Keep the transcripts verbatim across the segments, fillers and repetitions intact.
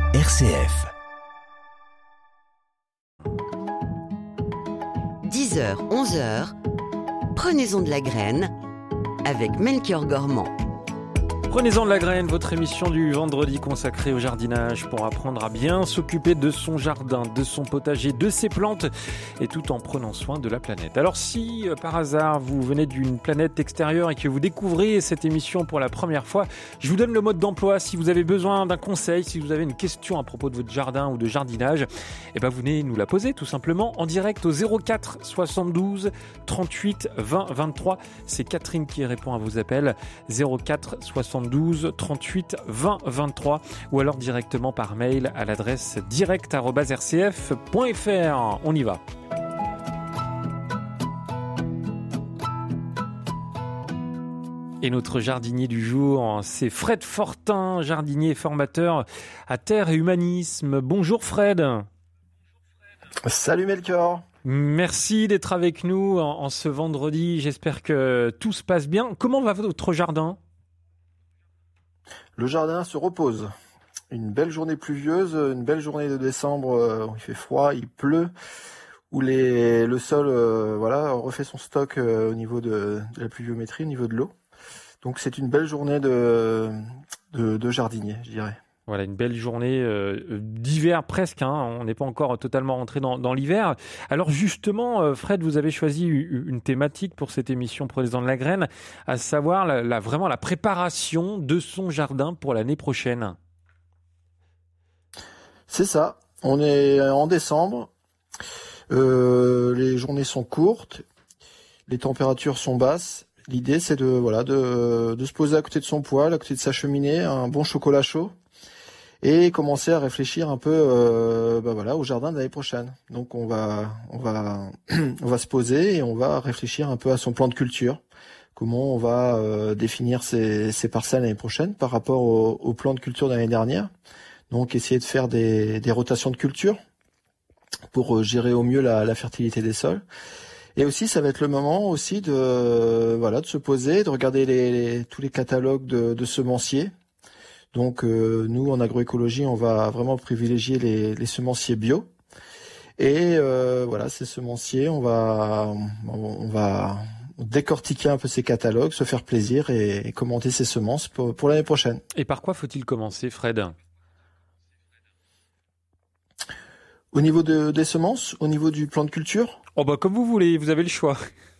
R C F. dix heures, onze heures, prenez-en de la graine avec Melchior Gormand. Prenez-en de la graine, votre émission du vendredi consacrée au jardinage pour apprendre à bien s'occuper de son jardin, de son potager, de ses plantes et tout en prenant soin de la planète. Alors si euh, par hasard vous venez d'une planète extérieure et que vous découvrez cette émission pour la première fois, je vous donne le mode d'emploi. Si vous avez besoin d'un conseil, si vous avez une question à propos de votre jardin ou de jardinage, eh ben vous venez nous la poser tout simplement en direct au zéro quatre soixante-douze trente-huit vingt vingt-trois. C'est Catherine qui répond à vos appels. zéro quatre soixante-douze trente-huit vingt vingt-trois ou alors directement par mail à l'adresse direct arobase r c f point f r. On y va. Et notre jardinier du jour, c'est Fred Fortin, jardinier et formateur à Terre et Humanisme. Bonjour Fred. Salut Melchior. Merci d'être avec nous en, en ce vendredi. J'espère que tout se passe bien. Comment va votre jardin ? Le jardin se repose. Une belle journée pluvieuse, une belle journée de décembre, euh, il fait froid, il pleut, où les, le sol euh, voilà, refait son stock euh, au niveau de, de la pluviométrie, au niveau de l'eau. Donc c'est une belle journée de, de, de jardinier, je dirais. Voilà, une belle journée euh, d'hiver presque, hein. On n'est pas encore totalement rentré dans, dans l'hiver. Alors justement, euh, Fred, vous avez choisi une thématique pour cette émission Prenez-en de la graine, à savoir la, la, vraiment la préparation de son jardin pour l'année prochaine. C'est ça, on est en décembre, euh, les journées sont courtes, les températures sont basses. L'idée c'est de, voilà, de, de se poser à côté de son poêle, à côté de sa cheminée, un bon chocolat chaud, et commencer à réfléchir un peu euh, bah voilà, au jardin de l'année prochaine. Donc on va on va on va se poser et on va réfléchir un peu à son plan de culture. Comment on va euh, définir ses, ses parcelles l'année prochaine par rapport au, au plan de culture de l'année dernière. Donc essayer de faire des, des rotations de culture pour gérer au mieux la, la fertilité des sols. Et aussi ça va être le moment aussi de voilà de se poser, de regarder les, les, tous les catalogues de, de semenciers. Donc euh, nous en agroécologie on va vraiment privilégier les, les semenciers bio et euh, voilà ces semenciers on va on va décortiquer un peu ces catalogues, se faire plaisir et, et commenter ces semences pour, pour l'année prochaine. Et par quoi faut-il commencer, Fred ? Au niveau de, des semences, au niveau du plan de culture ? Oh bah comme vous voulez, vous avez le choix.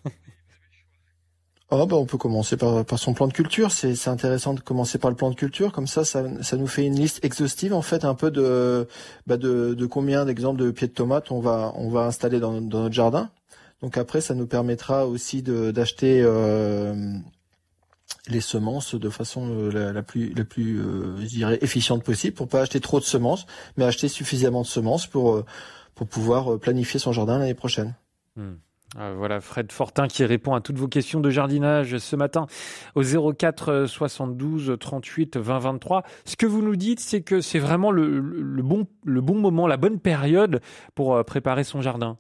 Oh bah on peut commencer par, par son plan de culture. C'est, c'est intéressant de commencer par le plan de culture. Comme ça, ça, ça nous fait une liste exhaustive en fait, un peu de, bah de, de combien d'exemples de pieds de tomates on va, on va installer dans, dans notre jardin. Donc après, ça nous permettra aussi de, d'acheter euh, les semences de façon la, la plus, la plus, euh, je dirais, efficiente possible, pour pas acheter trop de semences, mais acheter suffisamment de semences pour, pour pouvoir planifier son jardin l'année prochaine. Hmm. Euh, voilà, Fred Fortin qui répond à toutes vos questions de jardinage ce matin au zéro quatre soixante-douze trente-huit vingt vingt-trois. Ce que vous nous dites, c'est que c'est vraiment le, le, le, bon, le bon moment, la bonne période pour euh, préparer son jardin.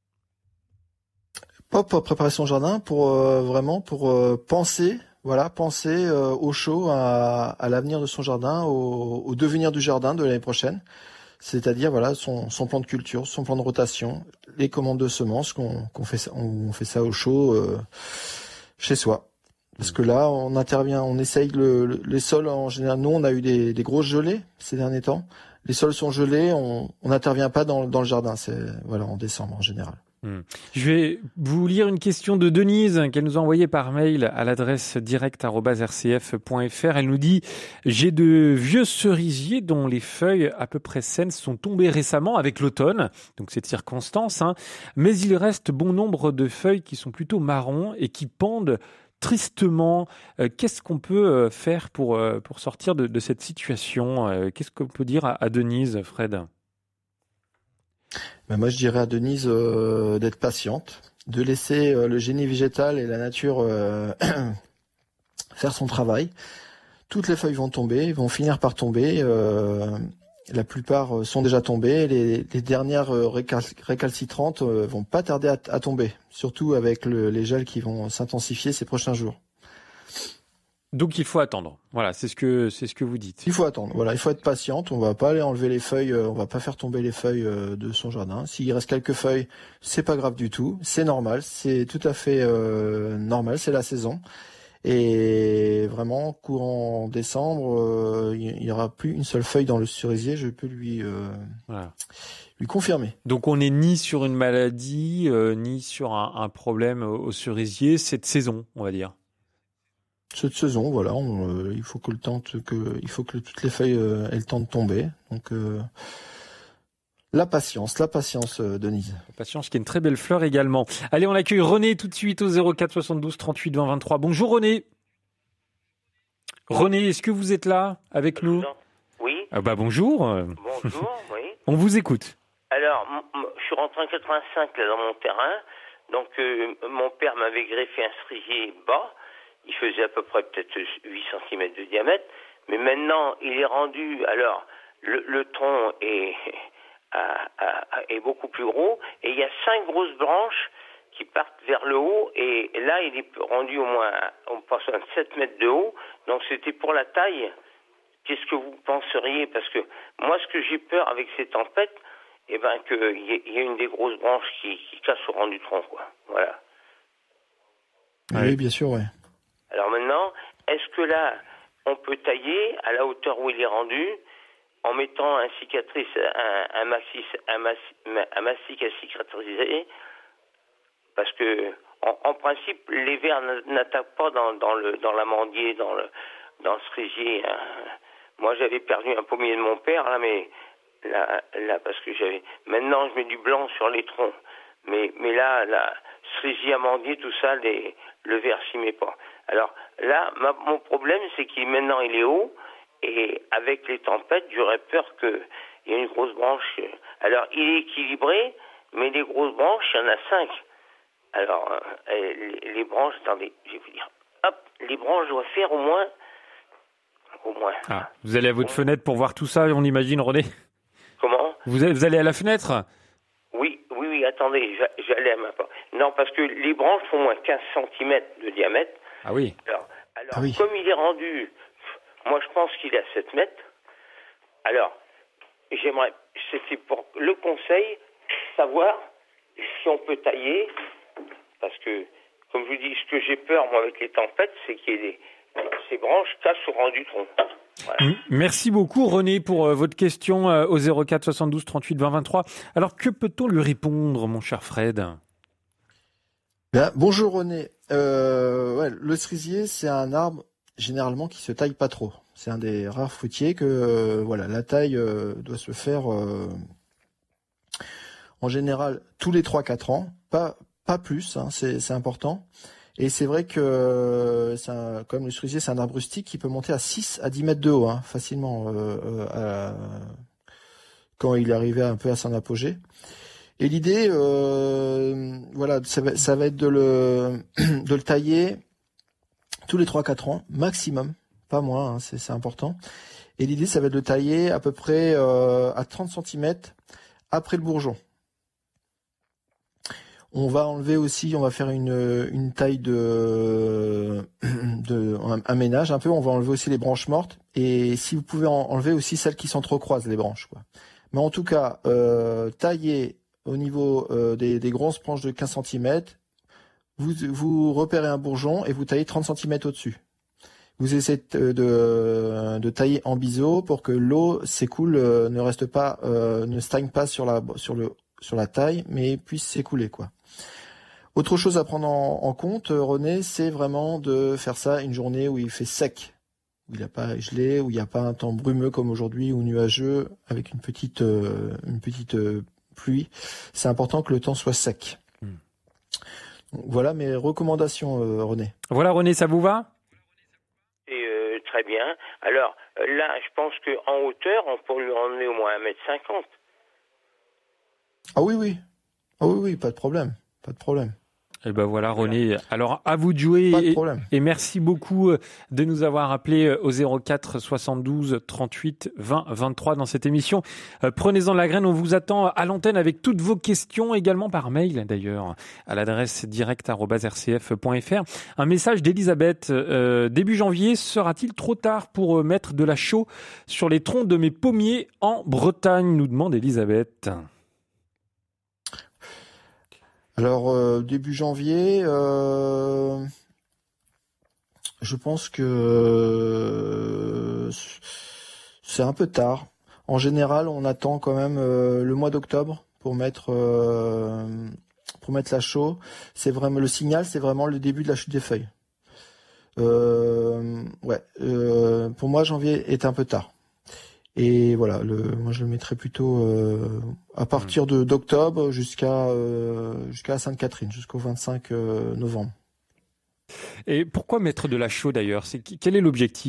Pas pour préparer son jardin, pour euh, vraiment pour euh, penser, voilà, penser euh, au chaud, à, à l'avenir de son jardin, au, au devenir du jardin de l'année prochaine. C'est-à-dire voilà son, son plan de culture, son plan de rotation, les commandes de semences, qu'on, qu'on fait ça, on fait ça au chaud euh, chez soi. Parce que là, on intervient, on essaye le, le, les sols en général. Nous, on a eu des, des grosses gelées ces derniers temps. Les sols sont gelés, on n'intervient pas dans, dans le jardin. C'est voilà en décembre en général. Mmh. Je vais vous lire une question de Denise qu'elle nous a envoyée par mail à l'adresse direct arobase r c f point f r. Elle nous dit « J'ai de vieux cerisiers dont les feuilles à peu près saines sont tombées récemment avec l'automne, donc cette circonstance, hein, mais il reste bon nombre de feuilles qui sont plutôt marrons et qui pendent tristement. Euh, qu'est-ce qu'on peut faire pour, euh, pour sortir de, de cette situation ? euh, Qu'est-ce qu'on peut dire à, à Denise, Fred ? Ben moi, je dirais à Denise euh, d'être patiente, de laisser euh, le génie végétal et la nature euh, faire son travail. Toutes les feuilles vont tomber, vont finir par tomber. Euh, la plupart sont déjà tombées. Les, les dernières récal- récalcitrantes euh, vont pas tarder à, à tomber, surtout avec le, les gels qui vont s'intensifier ces prochains jours. Donc il faut attendre. Voilà, c'est ce que c'est ce que vous dites. Il faut attendre. Voilà, il faut être patiente. On va pas aller enlever les feuilles. Euh, on va pas faire tomber les feuilles euh, de son jardin. S'il reste quelques feuilles, c'est pas grave du tout. C'est normal. C'est tout à fait euh, normal. C'est la saison. Et vraiment, courant décembre, euh, il y aura plus une seule feuille dans le cerisier. Je peux lui euh, voilà. lui confirmer. Donc on n'est ni sur une maladie, euh, ni sur un, un problème au cerisier. Cette saison, on va dire. Cette saison, voilà, on, euh, il faut que le temps que il faut que toutes les feuilles euh, aient le temps de tomber. Donc euh, la patience, la patience, euh, Denise. La patience, qui est une très belle fleur également. Allez, on accueille René tout de suite au zéro quatre soixante-douze trente-huit vingt vingt-trois. Bonjour René. René, est-ce que vous êtes là avec nous? Oui. Ah bah bonjour. Bonjour, oui. On vous écoute. Alors, m- m- je suis rentré en quatre-vingt-cinq là dans mon terrain. Donc euh, mon père m'avait greffé un cerisier bas. Il faisait à peu près peut-être huit centimètres de diamètre. Mais maintenant, il est rendu... Alors, le, le tronc est, à, à, est beaucoup plus gros. Et il y a cinq grosses branches qui partent vers le haut. Et là, il est rendu au moins... On passe à sept mètres de haut. Donc, c'était pour la taille. Qu'est-ce que vous penseriez? Parce que moi, ce que j'ai peur avec ces tempêtes, eh ben, qu'il y, y ait une des grosses branches qui, qui casse au rang du tronc, quoi. Voilà. Oui, oui, bien sûr, oui. Alors maintenant, est-ce que là, on peut tailler à la hauteur où il est rendu, en mettant un cicatrice, un, un, maxis, un, massi, un mastic à cicatriser? Parce que, en, en principe, les vers n'attaquent pas dans, dans le dans l'amandier, dans le dans le cerisier. Hein. Moi, j'avais perdu un pommier de mon père, là, mais là, là, parce que j'avais. Maintenant, je mets du blanc sur les troncs, mais mais là, la cerisier, amandier, tout ça, les, le ver s'y met pas. Alors là, ma, mon problème, c'est qu'il maintenant il est haut, et avec les tempêtes, j'aurais peur qu'il y ait une grosse branche. Alors, il est équilibré, mais les grosses branches, il y en a cinq. Alors, euh, les, les branches, attendez, je vais vous dire, hop, les branches doivent faire au moins, au moins. Ah, vous allez à votre fenêtre pour voir tout ça, on imagine, René? Comment? Vous, vous allez à la fenêtre? Oui, oui, oui, attendez, j'allais à ma part. Non, parce que les branches font au moins quinze centimètres de diamètre. Ah oui. Alors, alors ah oui. Comme il est rendu, moi je pense qu'il est à sept mètres. Alors, j'aimerais, c'était pour le conseil, savoir si on peut tailler, parce que, comme je vous dis, ce que j'ai peur, moi, avec les tempêtes, c'est qu'il y ait des, ces branches cassent au rang du tronc. Voilà. Merci beaucoup René pour euh, votre question euh, au zéro quatre soixante-douze trente-huit vingt vingt-trois. Alors que peut-on lui répondre, mon cher Fred? Bien, bonjour René. Euh, ouais, le cerisier, c'est un arbre généralement qui se taille pas trop. C'est un des rares fruitiers que euh, voilà, la taille euh, doit se faire euh, en général tous les trois quatre ans, pas pas plus, hein, c'est c'est important. Et c'est vrai que c'est un, comme le cerisier, c'est un arbre rustique qui peut monter à six à dix mètres de haut, hein, facilement euh, à, quand il est arrivé un peu à son apogée. Et l'idée, euh, voilà, ça va, ça va être de le, de le tailler tous les trois quatre ans, maximum, pas moins, hein, c'est, c'est important. Et l'idée, ça va être de le tailler à peu près euh, à trente centimètres après le bourgeon. On va enlever aussi, on va faire une, une taille de, de un, un ménage un peu. On va enlever aussi les branches mortes. Et si vous pouvez en, enlever aussi celles qui s'entrecroisent, les branches, quoi. Mais en tout cas, euh, tailler au niveau euh, des, des grosses branches de quinze centimètres, vous, vous repérez un bourgeon et vous taillez trente centimètres au-dessus. Vous essayez de, de, de tailler en biseau pour que l'eau s'écoule, euh, ne reste pas, euh, ne stagne pas sur la, sur le, sur la taille, mais puisse s'écouler, quoi. Autre chose à prendre en, en compte, René, c'est vraiment de faire ça une journée où il fait sec, où il n'y a pas gelé, où il n'y a pas un temps brumeux comme aujourd'hui ou nuageux avec une petite, euh, une petite euh, pluie. C'est important que le temps soit sec. Mmh. Donc, voilà mes recommandations, euh, René. Voilà, René, ça vous va? Et euh, très bien. Alors là, je pense qu'en hauteur, on peut lui emmener au moins un mètre cinquante. Ah oui, oui. Ah oui, oui, pas de problème. Pas de problème. Et ben voilà, René. Alors, à vous de jouer. Pas de et, problème. et merci beaucoup de nous avoir appelé au zéro quatre soixante-douze trente-huit vingt vingt-trois dans cette émission. Euh, Prenez-en de la graine. On vous attend à l'antenne avec toutes vos questions, également par mail d'ailleurs, à l'adresse direct arobase r c f point f r. Un message d'Elisabeth. Euh, début janvier, sera-t-il trop tard pour mettre de la chaux sur les troncs de mes pommiers en Bretagne, nous demande Elisabeth. Alors, euh, début janvier, euh, je pense que euh, c'est un peu tard. En général, on attend quand même euh, le mois d'octobre pour mettre euh, pour mettre la chaux. C'est vraiment le signal, c'est vraiment le début de la chute des feuilles. Euh, ouais, euh, pour moi, janvier est un peu tard. Et voilà, le, moi je le mettrais plutôt euh, à partir de d'octobre jusqu'à euh, jusqu'à Sainte-Catherine, jusqu'au vingt-cinq novembre. Et pourquoi mettre de la chaux d'ailleurs ? C'est quel est l'objectif ?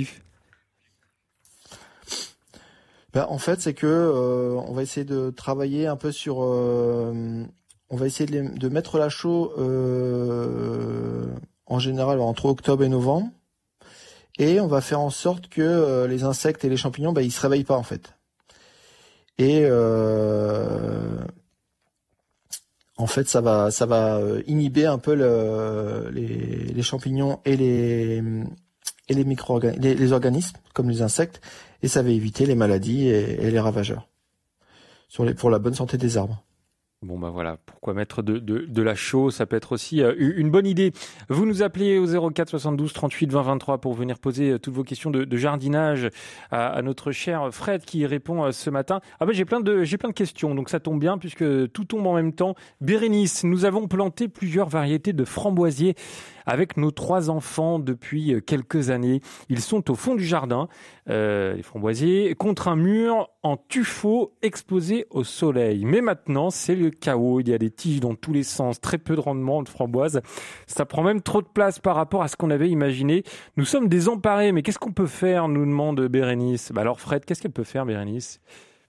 Ben, en fait, c'est que euh, on va essayer de travailler un peu sur, euh, on va essayer de, les, de mettre la chaux euh, en général entre octobre et novembre. Et on va faire en sorte que euh, les insectes et les champignons, bah, ils se réveillent pas en fait. Et euh, en fait, ça va, ça va inhiber un peu le, les, les champignons et les et les micro les, les organismes comme les insectes, et ça va éviter les maladies et, et les ravageurs sur les pour la bonne santé des arbres. Bon bah voilà, pourquoi mettre de, de, de la chaux, ça peut être aussi euh, une bonne idée. Vous nous appelez au zéro quatre soixante-douze trente-huit vingt vingt-trois pour venir poser euh, toutes vos questions de, de jardinage à, à notre cher Fred qui y répond euh, ce matin. Ah ben j'ai plein de j'ai plein de questions, donc ça tombe bien puisque tout tombe en même temps. Bérénice, nous avons planté plusieurs variétés de framboisiers avec nos trois enfants depuis quelques années. Ils sont au fond du jardin, euh, les framboisiers, contre un mur en tuffeau exposé au soleil. Mais maintenant, c'est le chaos. Il y a des tiges dans tous les sens, très peu de rendement de framboises. Ça prend même trop de place par rapport à ce qu'on avait imaginé. Nous sommes désemparés, mais qu'est-ce qu'on peut faire, nous demande Bérénice. Bah alors Fred, qu'est-ce qu'elle peut faire, Bérénice ?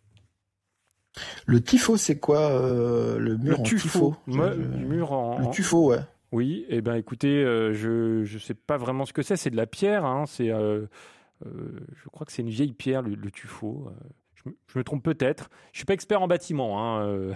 Le tuffeau, c'est quoi euh, le mur le en tuffeau. tuffeau Moi, je... Le mur en... Le tuffeau, ouais. Oui, eh ben écoutez, euh, je je sais pas vraiment ce que c'est. C'est de la pierre, hein. C'est, euh, euh, je crois que c'est une vieille pierre, le, le tuffeau. Euh, je, me, je me trompe peut-être. Je suis pas expert en bâtiment, hein. Euh.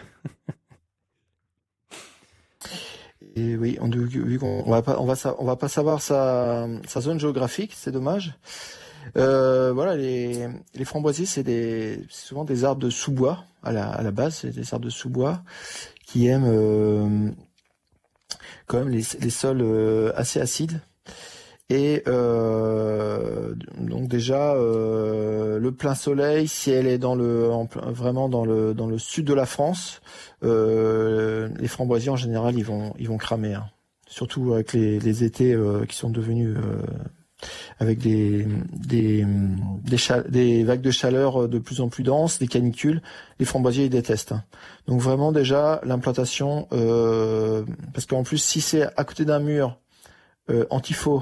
Et oui, on, vu qu'on on va pas, on va, on va pas savoir sa, sa zone géographique, c'est dommage. Euh, voilà, les, les framboisiers, c'est des, c'est souvent des arbres de sous-bois à la, à la base, c'est des arbres de sous-bois qui aiment euh, quand même les, les sols euh, assez acides. Et euh, donc déjà euh, le plein soleil, si elle est dans le en, vraiment dans le dans le sud de la France, euh, les framboisiers en général ils vont ils vont cramer, hein. Surtout avec les, les étés euh, qui sont devenus euh, avec des des des, chal- des vagues de chaleur de plus en plus denses, des canicules, les framboisiers ils détestent, hein. Donc vraiment déjà l'implantation, euh, parce qu'en plus si c'est à côté d'un mur Euh, anti-faux,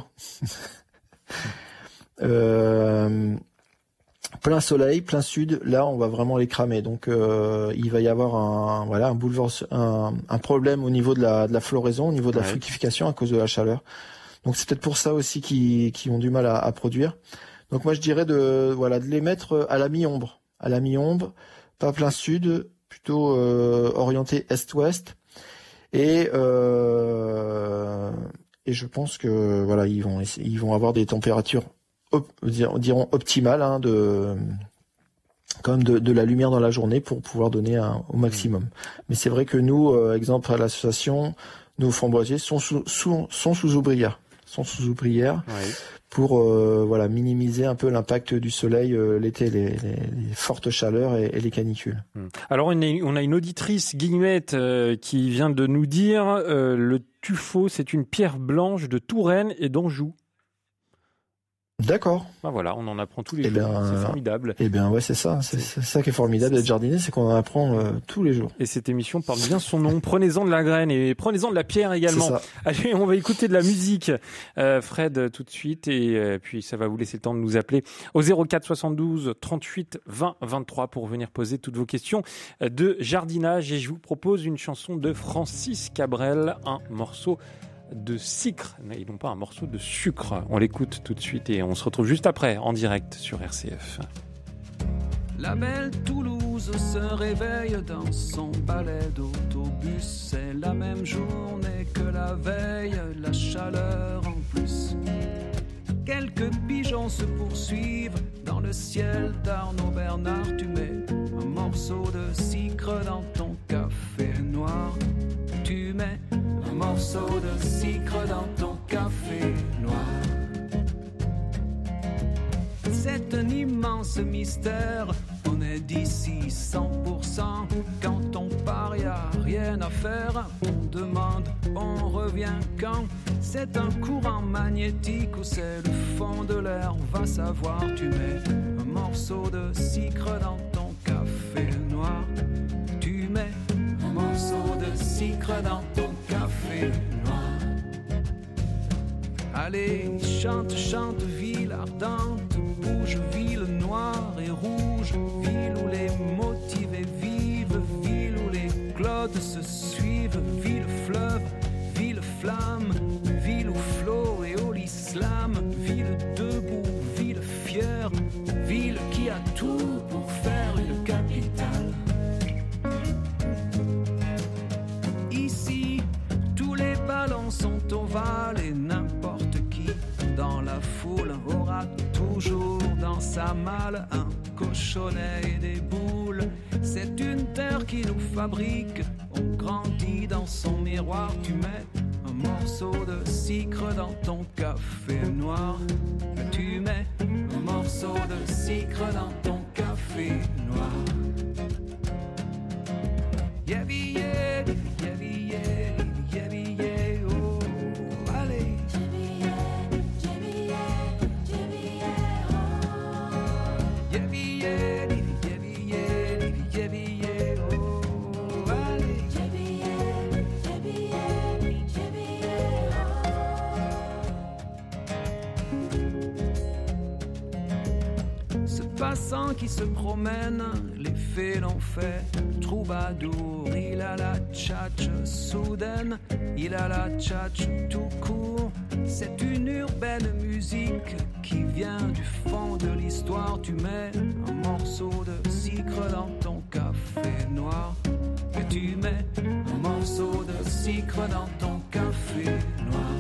euh, plein soleil, plein sud, là on va vraiment les cramer. Donc euh, il va y avoir un voilà un bouleverse, un, un problème au niveau de la de la floraison, au niveau de la ouais. fructification à cause de la chaleur. Donc c'est peut-être pour ça aussi qu'ils qu'ils ont du mal à, à produire. Donc moi je dirais de voilà de les mettre à la mi-ombre, à la mi-ombre, pas plein sud, plutôt euh, orienté est-ouest. Et euh, Et je pense que voilà, ils vont ils vont avoir des températures op, diront optimales, hein, de quand même de, de la lumière dans la journée pour pouvoir donner un, au maximum. Mais c'est vrai que nous, euh, exemple à l'association, nos framboisiers sont sous, sous sont sous oubrières, sont sous oubrières ouais. pour euh, voilà minimiser un peu l'impact du soleil euh, l'été, les, les, les fortes chaleurs et, et les canicules. Alors on, est, on a une auditrice Guillemette euh, qui vient de nous dire euh, le tuffeau, c'est une pierre blanche de Touraine et d'Anjou. D'accord. Ben voilà, on en apprend tous les Eh jours. bien, c'est formidable. Eh bien, ouais, c'est ça. C'est, c'est ça qui est formidable d'être jardinier, c'est qu'on en apprend euh, tous les jours. Et cette émission porte bien son nom. Prenez-en de la graine et prenez-en de la pierre également. C'est ça. Allez, on va écouter de la musique, euh, Fred, tout de suite. Et euh, puis, ça va vous laisser le temps de nous appeler au zéro quatre soixante-douze trente-huit vingt vingt-trois pour venir poser toutes vos questions de jardinage. Et je vous propose une chanson de Francis Cabrel, un morceau de sucre, et non pas un morceau de sucre. On l'écoute tout de suite et on se retrouve juste après en direct sur R C F. La belle Toulouse se réveille dans son balai d'autobus. C'est la même journée que la veille, la chaleur en plus. Quelques pigeons se poursuivent dans le ciel d'Arnaud Bernard. Tu mets un morceau de sucre dans ton café noir. Tu mets un morceau de sucre dans ton café noir. C'est un immense mystère. On est d'ici cent pour cent. Quand on part, y a rien à faire. On demande, on revient quand. C'est un courant magnétique ou c'est le fond de l'air. On va savoir. Tu mets un morceau de sucre dans ton café noir. Tu mets un morceau de sucre dans ton café noir. Allez, chante, chante, ville ardente. Bouge, ville noire et rouge. Ville où les motivés vivent. Ville où les clodes se suivent. Ville fleuve, ville flamme. Ville où flot et au l'islam. Ville debout, ville fière. Ville qui a tout pour faire une capitale. Ici, tous les ballons sont ovales et n'importe qui dans la foule aura toujours dans sa malle un cochonnet et des boules. C'est une terre qui nous fabrique, on grandit dans son miroir. Tu mets un morceau de sucre dans ton café noir. Tu mets un morceau de sucre dans ton café noir. Yeah, yeah, yeah, yeah, yeah, yeah, oh, allez. Passant qui se promène, les fées l'ont fait. Troubadour, il a la tchatche soudaine, il a la tchatche tout court. C'est une urbaine musique qui vient du fond de l'histoire. Tu mets un morceau de sucre dans ton café noir. Et tu mets un morceau de sucre dans ton café noir.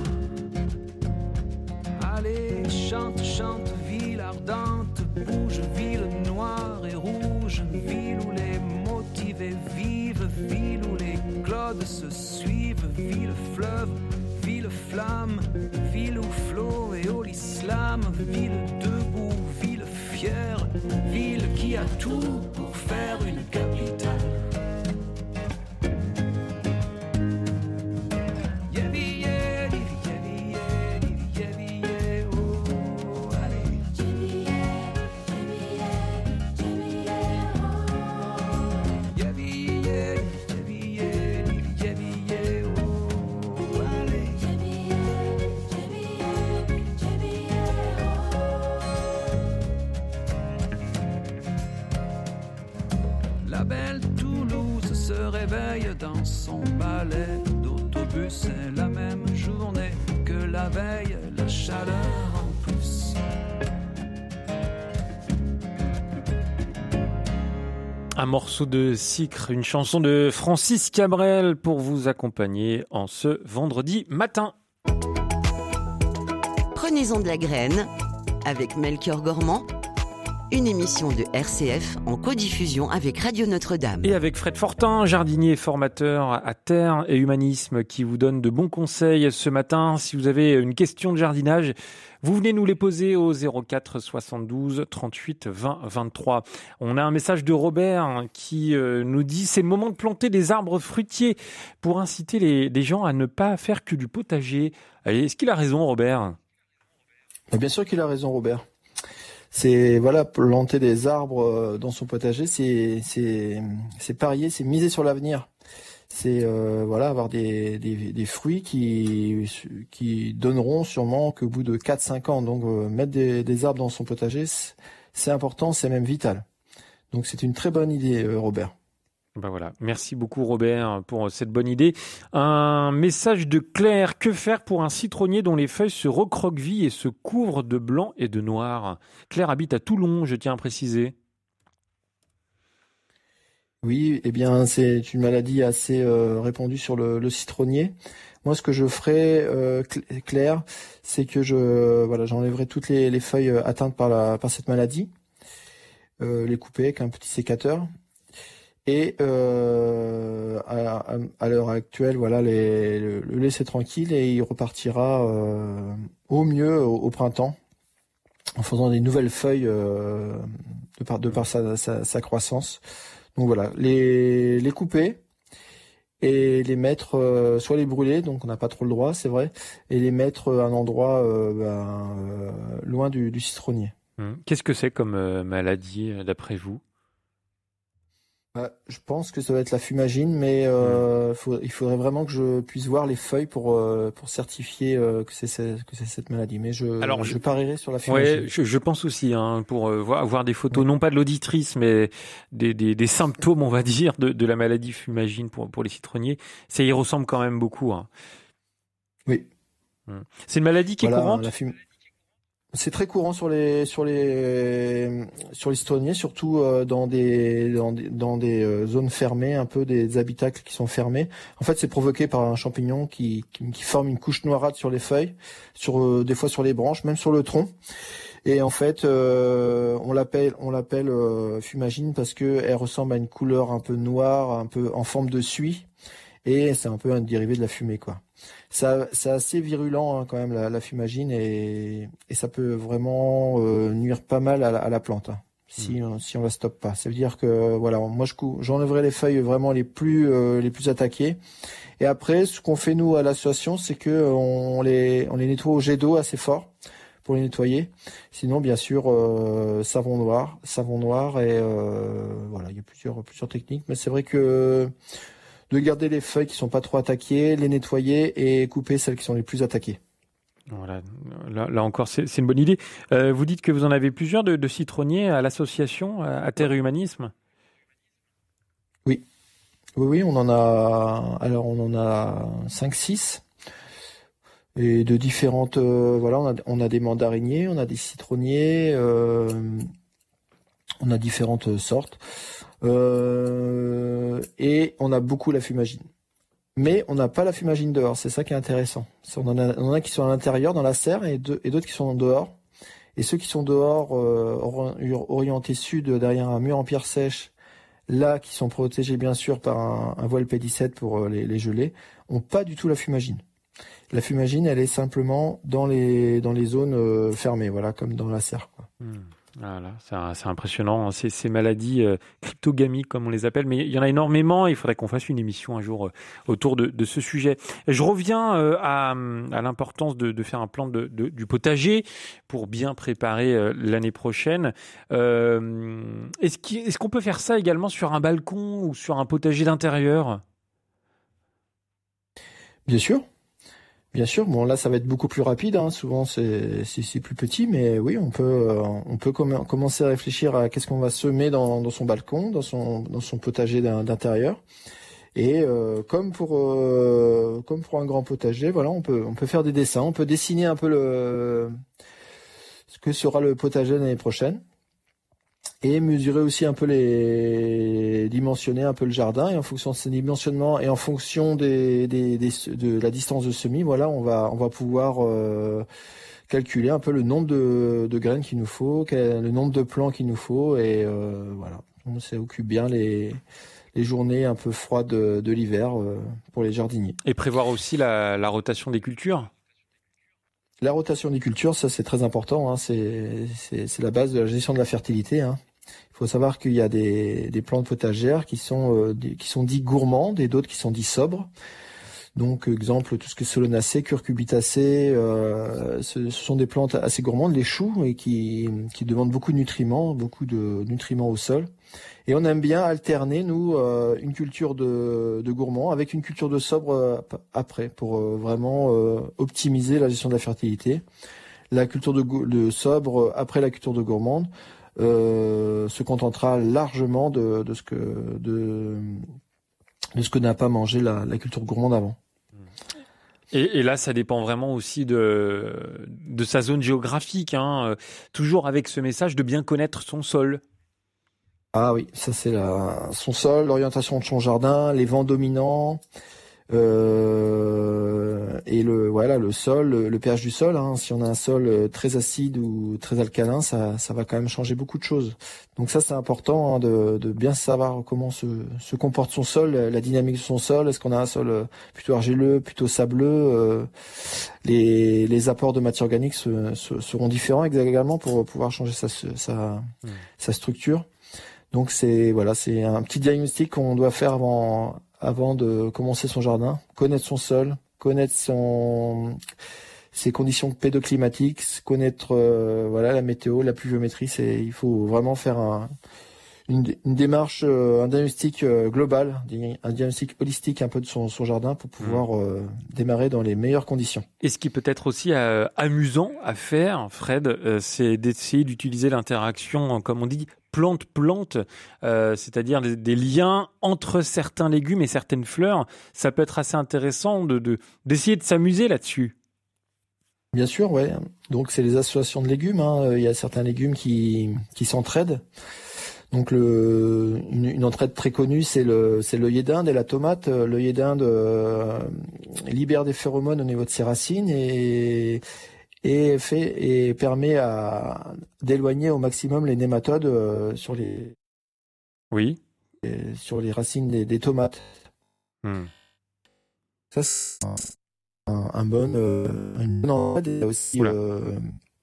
Allez, chante, chante, ville ardente. Bouge, ville noire et rouge. Ville où les motivés vivent. Ville où les clodes se suivent. Ville fleuve, ville flamme. Ville où flot et au l'islam. Ville debout, ville fière. Ville qui a tout pour faire une capitale. Dans son balai d'autobus, c'est la même journée que la veille, la chaleur en plus. Un morceau de sucre, une chanson de Francis Cabrel pour vous accompagner en ce vendredi matin. Prenez-en de la graine avec Melchior Gormand. Une émission de R C F en codiffusion avec Radio Notre-Dame. Et avec Fred Fortin, jardinier formateur à Terre et Humanisme, qui vous donne de bons conseils ce matin. Si vous avez une question de jardinage, vous venez nous les poser au zéro quatre soixante-douze trente-huit vingt vingt-trois. On a un message de Robert qui nous dit « C'est le moment de planter des arbres fruitiers pour inciter les, les gens à ne pas faire que du potager ». Est-ce qu'il a raison, Robert ? Mais bien sûr qu'il a raison, Robert. C'est voilà, planter des arbres dans son potager, c'est c'est c'est parier, c'est miser sur l'avenir. C'est euh, voilà, avoir des, des des fruits qui qui donneront sûrement qu'au bout de quatre cinq ans. Donc euh, mettre des, des arbres dans son potager, c'est, c'est important, c'est même vital. Donc c'est une très bonne idée, euh, Robert. Ben voilà. Merci beaucoup Robert pour cette bonne idée. Un message de Claire. Que faire pour un citronnier dont les feuilles se recroquevillent et se couvrent de blanc et de noir? Claire habite à Toulon, je tiens à préciser. Oui, eh bien c'est une maladie assez euh, répandue sur le, le citronnier. Moi, ce que je ferais, euh, Claire, c'est que je voilà, j'enlèverai toutes les, les feuilles atteintes par la par cette maladie, euh, les couper avec un petit sécateur. Et euh, à, à l'heure actuelle, voilà, les, le, le laisser tranquille et il repartira euh, au mieux au, au printemps en faisant des nouvelles feuilles euh, de par, de par sa, sa, sa croissance. Donc voilà, les, les couper et les mettre, euh, soit les brûler, donc on n'a pas trop le droit, c'est vrai, et les mettre à un endroit euh, ben, euh, loin du, du citronnier. Qu'est-ce que c'est comme euh, maladie d'après vous? Bah, je pense que ça va être la fumagine, mais euh, mmh. faut, il faudrait vraiment que je puisse voir les feuilles pour euh, pour certifier euh, que c'est que c'est cette maladie. Mais je Alors, je, je parierai sur la fumagine. Ouais, je, je pense aussi hein, pour euh, voir, voir des photos, oui. non pas de l'auditrice, mais des, des des symptômes, on va dire, de de la maladie fumagine pour pour les citronniers. Ça y ressemble quand même beaucoup. Hein. Oui. C'est une maladie qui voilà, est courante. La fum... C'est très courant sur les sur les sur les citronniers, surtout euh, dans des dans des dans des euh, zones fermées, un peu des habitacles qui sont fermés. En fait, c'est provoqué par un champignon qui qui, qui forme une couche noirâtre sur les feuilles, sur euh, des fois sur les branches, même sur le tronc. Et en fait, euh, on l'appelle on l'appelle euh, fumagine parce que elle ressemble à une couleur un peu noire, un peu en forme de suie, et c'est un peu un dérivé de la fumée, quoi. Ça, c'est assez virulent hein, quand même la, la fumagine et, et ça peut vraiment euh, nuire pas mal à la, à la plante hein, si mmh. si on la stoppe pas. Ça veut dire que voilà, moi je j'enlèverai les feuilles vraiment les plus euh, les plus attaquées. Et après, ce qu'on fait nous à l'association, c'est que on les on les nettoie au jet d'eau assez fort pour les nettoyer. Sinon, bien sûr, euh, savon noir, savon noir et euh, voilà, il y a plusieurs plusieurs techniques, mais c'est vrai que de garder les feuilles qui sont pas trop attaquées, les nettoyer et couper celles qui sont les plus attaquées. Voilà, là, là encore, c'est, c'est une bonne idée. Euh, vous dites que vous en avez plusieurs de, de citronniers à l'association, à Terre et Humanisme. Oui, oui, oui, on en a. Alors, on en a cinq, six et de différentes. Euh, voilà, on a, on a des mandariniers, on a des citronniers, euh, on a différentes sortes. Euh, et on a beaucoup la fumagine. Mais on n'a pas la fumagine dehors, c'est ça qui est intéressant. On en a, on en a qui sont à l'intérieur, dans la serre, et, de, et d'autres qui sont dehors. Et ceux qui sont dehors, euh, orientés sud, derrière un mur en pierre sèche, là, qui sont protégés bien sûr par un, un voile P dix-sept pour les, les geler, ont pas du tout la fumagine. La fumagine, elle est simplement dans les, dans les zones euh, fermées, voilà, comme dans la serre, quoi. Mmh. Voilà, c'est, c'est impressionnant, hein, ces, ces maladies euh, cryptogamiques comme on les appelle, mais il y en a énormément et il faudrait qu'on fasse une émission un jour euh, autour de, de ce sujet. Je reviens euh, à, à l'importance de, de faire un plan de, de, du potager pour bien préparer euh, l'année prochaine. Euh, est-ce, qu'il, est-ce qu'on peut faire ça également sur un balcon ou sur un potager d'intérieur ? Bien sûr. Bien sûr, bon là ça va être beaucoup plus rapide, hein. Souvent c'est, c'est c'est plus petit, mais oui on peut euh, on peut com- commencer à réfléchir à qu'est-ce qu'on va semer dans dans son balcon, dans son dans son potager d'intérieur. Et euh, comme pour euh, comme pour un grand potager, voilà, on peut on peut faire des dessins, on peut dessiner un peu le ce que sera le potager l'année prochaine. Et mesurer aussi un peu les, dimensionner un peu le jardin, et en fonction de ces dimensionnements et en fonction des, des, des de la distance de semis, voilà, on va, on va pouvoir euh, calculer un peu le nombre de, de graines qu'il nous faut, le nombre de plants qu'il nous faut, et euh, voilà, ça occupe bien les, les journées un peu froides de, de l'hiver euh, pour les jardiniers. Et prévoir aussi la, la rotation des cultures. La rotation des cultures, ça c'est très important, hein, c'est, c'est, c'est la base de la gestion de la fertilité, hein. Il faut savoir qu'il y a des, des plantes potagères qui sont, euh, des, qui sont dits gourmandes et d'autres qui sont dits sobres. Donc, exemple, tout ce qui est solanacées, curcubitacées, euh, ce, ce sont des plantes assez gourmandes, les choux, et qui, qui demandent beaucoup de nutriments, beaucoup de nutriments au sol. Et on aime bien alterner, nous, euh, une culture de, de gourmand avec une culture de sobre euh, après, pour euh, vraiment euh, optimiser la gestion de la fertilité. La culture de, de sobre après la culture de gourmande euh, se contentera largement de, de ce que de, de ce que n'a pas mangé la, la culture gourmande avant. Et, et là, ça dépend vraiment aussi de, de sa zone géographique, hein. Euh, toujours avec ce message de bien connaître son sol. Ah oui, ça c'est la, son sol, l'orientation de son jardin, les vents dominants, euh, et le voilà le sol, le, le pH du sol. Hein. Si on a un sol très acide ou très alcalin, ça, ça va quand même changer beaucoup de choses. Donc ça c'est important, hein, de, de bien savoir comment se, se comporte son sol, la dynamique de son sol. Est-ce qu'on a un sol plutôt argileux, plutôt sableux, euh, les, les apports de matière organique se, se, seront différents également pour pouvoir changer sa, sa, mmh. sa structure. Donc c'est voilà, c'est un petit diagnostic qu'on doit faire avant avant de commencer son jardin, connaître son sol, connaître son ses conditions pédoclimatiques, connaître euh, voilà la météo, la pluviométrie. C'est il faut vraiment faire un, une, une démarche, euh, un diagnostic euh, global, un diagnostic holistique un peu de son, son jardin pour pouvoir euh, démarrer dans les meilleures conditions. Et ce qui peut être aussi euh, amusant à faire, Fred, euh, c'est d'essayer d'utiliser l'interaction, comme on dit, plante-plante, euh, c'est-à-dire des, des liens entre certains légumes et certaines fleurs. Ça peut être assez intéressant de, de, d'essayer de s'amuser là-dessus. Bien sûr, ouais. Donc c'est les associations de légumes. Hein. Il y a certains légumes qui, qui s'entraident. Donc le, une, une entraide très connue, c'est le c'est l'œillet d'Inde et la tomate. L'œillet d'Inde euh, libère des phéromones au niveau de ses racines et et fait et permet à d'éloigner au maximum les nématodes euh, sur les oui les, sur les racines des, des tomates. Hmm. Ça c'est un, un bon euh, une bonne entraide. Il y a aussi euh,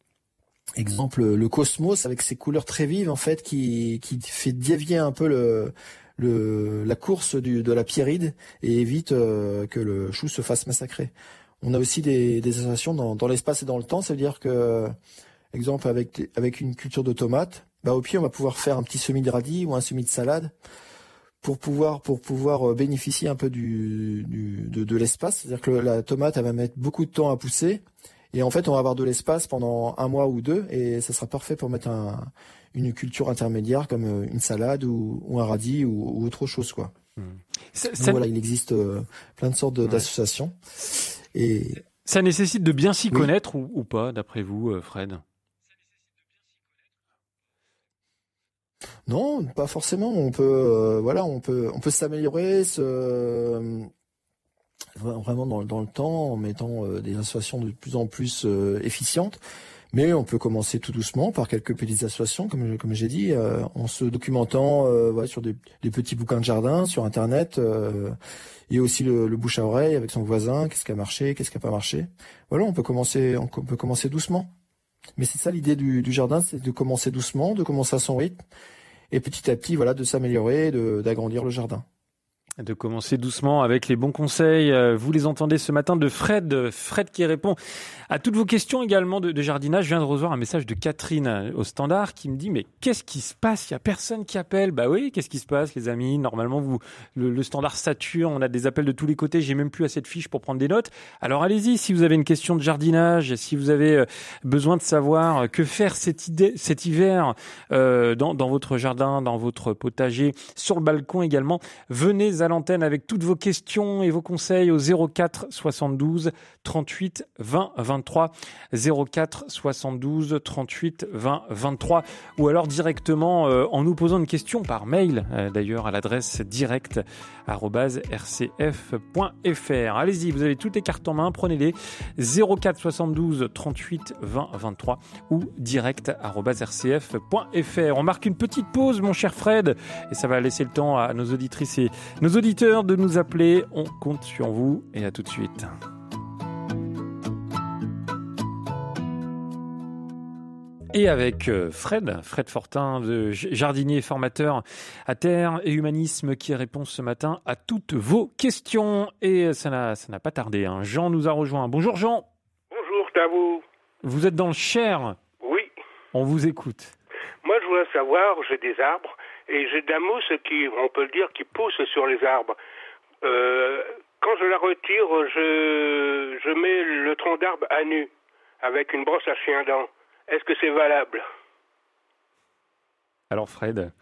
exemple le cosmos avec ses couleurs très vives en fait qui qui fait dévier un peu le le la course du de la pierride et évite euh, que le chou se fasse massacrer. On a aussi des, des associations dans, dans l'espace et dans le temps. Ça veut dire que, exemple, avec, avec une culture de tomates, bah, au pied, on va pouvoir faire un petit semis de radis ou un semis de salade pour pouvoir, pour pouvoir bénéficier un peu du, du, de, de l'espace. C'est-à-dire que la tomate, elle va mettre beaucoup de temps à pousser. Et en fait, on va avoir de l'espace pendant un mois ou deux et ça sera parfait pour mettre un, une culture intermédiaire comme une salade ou, ou un radis ou, ou autre chose, quoi. Mmh. Donc, ça... voilà, il existe euh, plein de sortes de, ouais. d'associations. Et ça nécessite de bien s'y oui. connaître ou, ou pas, d'après vous, Fred ? Non, pas forcément. On peut, euh, voilà, on peut, on peut s'améliorer, se, euh, vraiment dans, dans le temps, en mettant euh, des associations de plus en plus euh, efficientes. Mais on peut commencer tout doucement par quelques petites associations, comme, comme j'ai dit, euh, en se documentant euh, ouais, sur des, des petits bouquins de jardin, sur Internet, euh, et aussi le, le bouche à oreille avec son voisin, qu'est-ce qui a marché, qu'est-ce qui a pas marché. Voilà, on peut commencer, on peut commencer doucement. Mais c'est ça l'idée du, du jardin, c'est de commencer doucement, de commencer à son rythme, et petit à petit, voilà, de s'améliorer, de, d'agrandir le jardin. De commencer doucement avec les bons conseils. Vous les entendez ce matin de Fred. Fred qui répond à toutes vos questions également de, de jardinage. Je viens de recevoir un message de Catherine au standard qui me dit « Mais qu'est-ce qui se passe ? Il n'y a personne qui appelle. » Bah oui, qu'est-ce qui se passe les amis ? Normalement, vous, le, le standard sature. On a des appels de tous les côtés. J'ai même plus assez de fiches pour prendre des notes. Alors allez-y, si vous avez une question de jardinage, si vous avez besoin de savoir que faire cet, idée, cet hiver euh, dans, dans votre jardin, dans votre potager, sur le balcon également, venez à l'antenne avec toutes vos questions et vos conseils au zéro quatre soixante-douze trente-huit vingt vingt-trois zéro quatre soixante-douze trente-huit vingt vingt-trois ou alors directement euh, en nous posant une question par mail euh, d'ailleurs à l'adresse direct arobase r c f point f r. Allez-y, vous avez toutes les cartes en main, prenez-les zéro quatre soixante-douze trente-huit vingt vingt-trois ou direct arobase r c f point f r. On marque une petite pause mon cher Fred et ça va laisser le temps à nos auditrices et nos auditeurs de nous appeler. On compte sur vous et à tout de suite. Et avec Fred, Fred Fortin, de jardinier et formateur à Terre et Humanisme, qui répond ce matin à toutes vos questions. Et ça n'a, ça n'a pas tardé, hein. Jean nous a rejoint. Bonjour Jean. Bonjour, c'est à vous. Vous êtes dans le Cher. Oui. On vous écoute. Moi, je voudrais savoir, j'ai des arbres et j'ai de la mousse qui, on peut le dire, qui pousse sur les arbres. Euh, quand je la retire, je, je mets le tronc d'arbre à nu avec une brosse à chien dent. Est-ce que c'est valable? Alors Fred.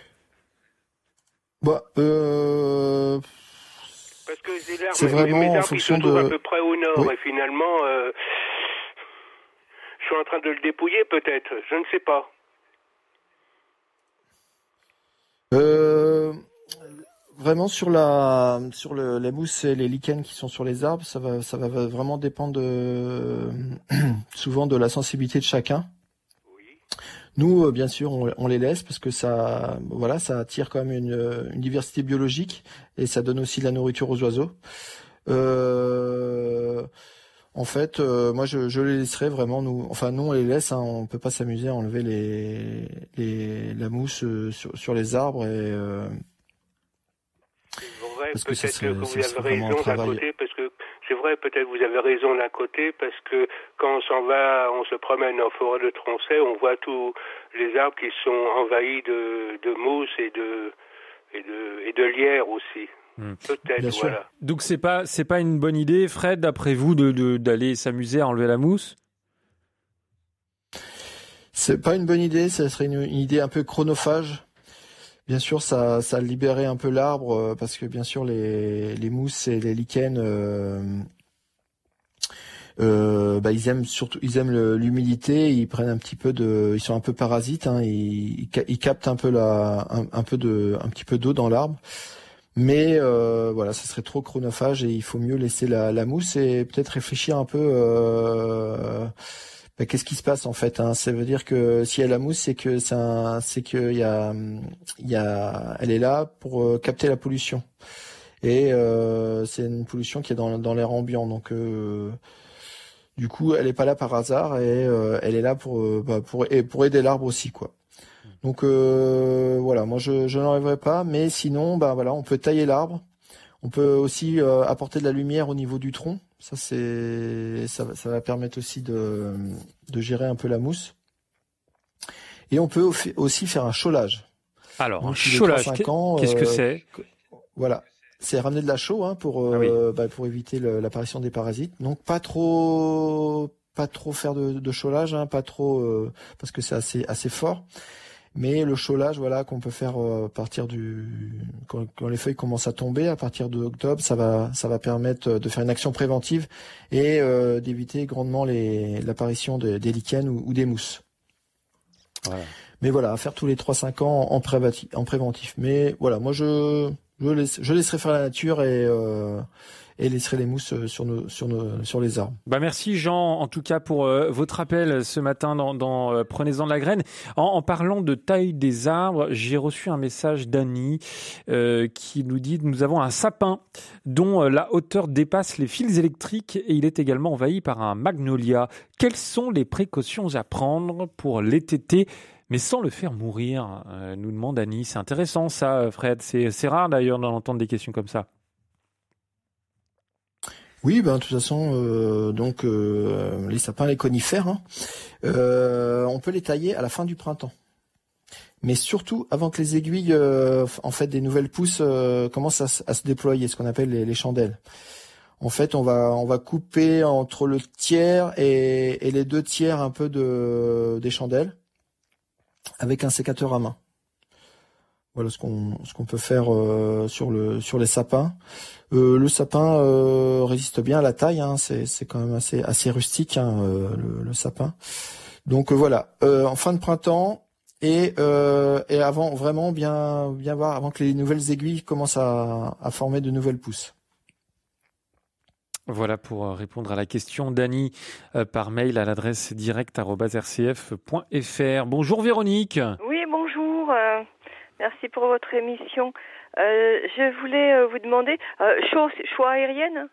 Bah, euh... Parce que j'ai l'arbre, c'est vraiment mes, mes en arbres fonction qui se trouvent de... à peu près au nord Oui. et finalement, euh, je suis en train de le dépouiller peut-être, je ne sais pas. Euh... Vraiment sur la sur le, la mousse et les lichens qui sont sur les arbres, ça va ça va vraiment dépendre de, souvent de la sensibilité de chacun. Oui. Nous, bien sûr, on, on les laisse parce que ça, voilà, ça attire quand même une, une diversité biologique et ça donne aussi de la nourriture aux oiseaux. Euh, en fait, euh, moi, je, je les laisserai vraiment. Nous, enfin, nous, on les laisse. Hein, on peut pas s'amuser à enlever les, les la mousse sur, sur les arbres et euh, C'est vrai, parce que peut-être ça serait, que vous ça serait avez vraiment un raison d'un travail. côté, parce que c'est vrai, peut-être vous avez raison d'un côté, parce que quand on s'en va, on se promène en forêt de Tronchet, on voit tous les arbres qui sont envahis de, de mousse et de, et de, et de lierre aussi. Mmh. Peut-être, Bien sûr. voilà. Donc c'est pas c'est pas une bonne idée, Fred, d'après vous, de, de d'aller s'amuser à enlever la mousse? C'est pas une bonne idée. Ça serait une, une idée un peu chronophage. Bien sûr, ça, ça libérait un peu l'arbre euh, parce que bien sûr les, les mousses et les lichens, euh, euh, bah ils aiment surtout, ils aiment le, l'humidité. Ils prennent un petit peu de, ils sont un peu parasites. Hein, ils, ils, ils captent un peu la, un, un peu de, un petit peu d'eau dans l'arbre. Mais euh, voilà, ça serait trop chronophage et il faut mieux laisser la, la mousse et peut-être réfléchir un peu. Euh, Ben, qu'est-ce qui se passe en fait, hein? Ça veut dire que si elle a la mousse, c'est que c'est un, c'est que il y a, il y a, elle est là pour euh, capter la pollution. Et euh, c'est une pollution qui est dans, dans l'air ambiant. Donc euh, du coup, elle est pas là par hasard et euh, elle est là pour, euh, bah, pour, et pour aider l'arbre aussi, quoi. Donc euh, voilà, moi je, je n'enlèverai pas, mais sinon, bah voilà, on peut tailler l'arbre. On peut aussi euh, apporter de la lumière au niveau du tronc. Ça, c'est, ça, ça va permettre aussi de, de gérer un peu la mousse. Et on peut aussi faire un chaulage. Alors, Donc, un tous les chaulage, trois à cinq ans, qu'est-ce que euh, c'est? Voilà. C'est ramener de la chaux hein, pour, Ah oui. euh, bah, pour éviter le, l'apparition des parasites. Donc, pas trop, pas trop faire de, de chaulage, hein, pas trop, euh, parce que c'est assez, assez fort. Mais le chaulage, voilà, qu'on peut faire euh, à partir du quand, quand les feuilles commencent à tomber, à partir d'octobre, ça va, ça va permettre de faire une action préventive et euh, d'éviter grandement les, l'apparition de, des lichens ou, ou des mousses. Voilà. Mais voilà, à faire tous les trois cinq ans en préventif, en préventif. Mais voilà, moi je, je laisse, je laisserai faire la nature et euh, et laisserai les mousses sur nos, sur nos, sur les arbres. Bah merci Jean, en tout cas pour euh, votre appel ce matin dans, dans euh, Prenez-en de la graine. En, en parlant de taille des arbres, j'ai reçu un message d'Annie euh, qui nous dit nous avons un sapin dont euh, la hauteur dépasse les fils électriques et il est également envahi par un magnolia. Quelles sont les précautions à prendre pour l'étêter mais sans le faire mourir, euh, nous demande Annie. C'est intéressant ça, Fred. C'est, c'est rare d'ailleurs d'en entendre des questions comme ça. Oui, ben de toute façon, euh, donc euh, les sapins, les conifères, hein, euh, on peut les tailler à la fin du printemps, mais surtout avant que les aiguilles, euh, en fait, des nouvelles pousses euh, commencent à, à se déployer, ce qu'on appelle les, les chandelles. En fait, on va on va couper entre le tiers et, et les deux tiers un peu de des chandelles avec un sécateur à main. Voilà ce qu'on ce qu'on peut faire euh, sur le sur les sapins. Euh, le sapin euh, résiste bien à la taille, hein, c'est c'est quand même assez assez rustique hein, euh, le, le sapin. Donc euh, voilà, euh, en fin de printemps et euh, et avant vraiment bien bien voir avant que les nouvelles aiguilles commencent à à former de nouvelles pousses. Voilà pour répondre à la question d'Annie euh, par mail à l'adresse direct arobase r c f point f r. Bonjour Véronique. Oui, bonjour. Euh, merci pour votre émission. Euh, je voulais euh, vous demander, euh, chaud, choix aérienne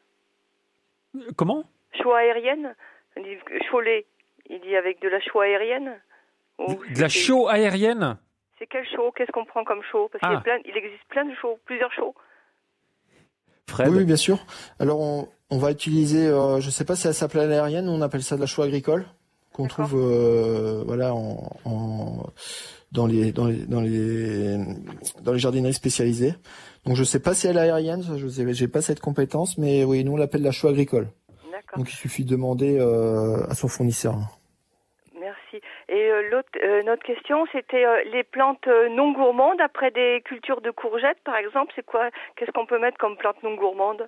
Comment? Choix aérienne. Cholet, il dit avec de la choix aérienne. Ou De la c'est- chaux aérienne? C'est quel chaux? Qu'est-ce qu'on prend comme chaux? Parce qu'il y a Ah. plein, il existe plein de chaux, plusieurs chaux. Fred? Oui, oui, bien sûr. Alors, on, on va utiliser, euh, je sais pas si elle s'appelle à l'aérienne, on appelle ça de la chaux agricole, qu'on D'accord. trouve, euh, voilà, en, en, dans les, dans les, dans les, dans les jardineries spécialisées. Donc, je sais pas si elle est aérienne, ça, je sais, j'ai pas cette compétence, mais oui, nous, on l'appelle la chaux agricole. D'accord. Donc, il suffit de demander, euh, à son fournisseur. Merci. Et euh, l'autre, euh, notre question, c'était euh, les plantes euh, non gourmandes après des cultures de courgettes, par exemple. C'est quoi? Qu'est-ce qu'on peut mettre comme plante non gourmande?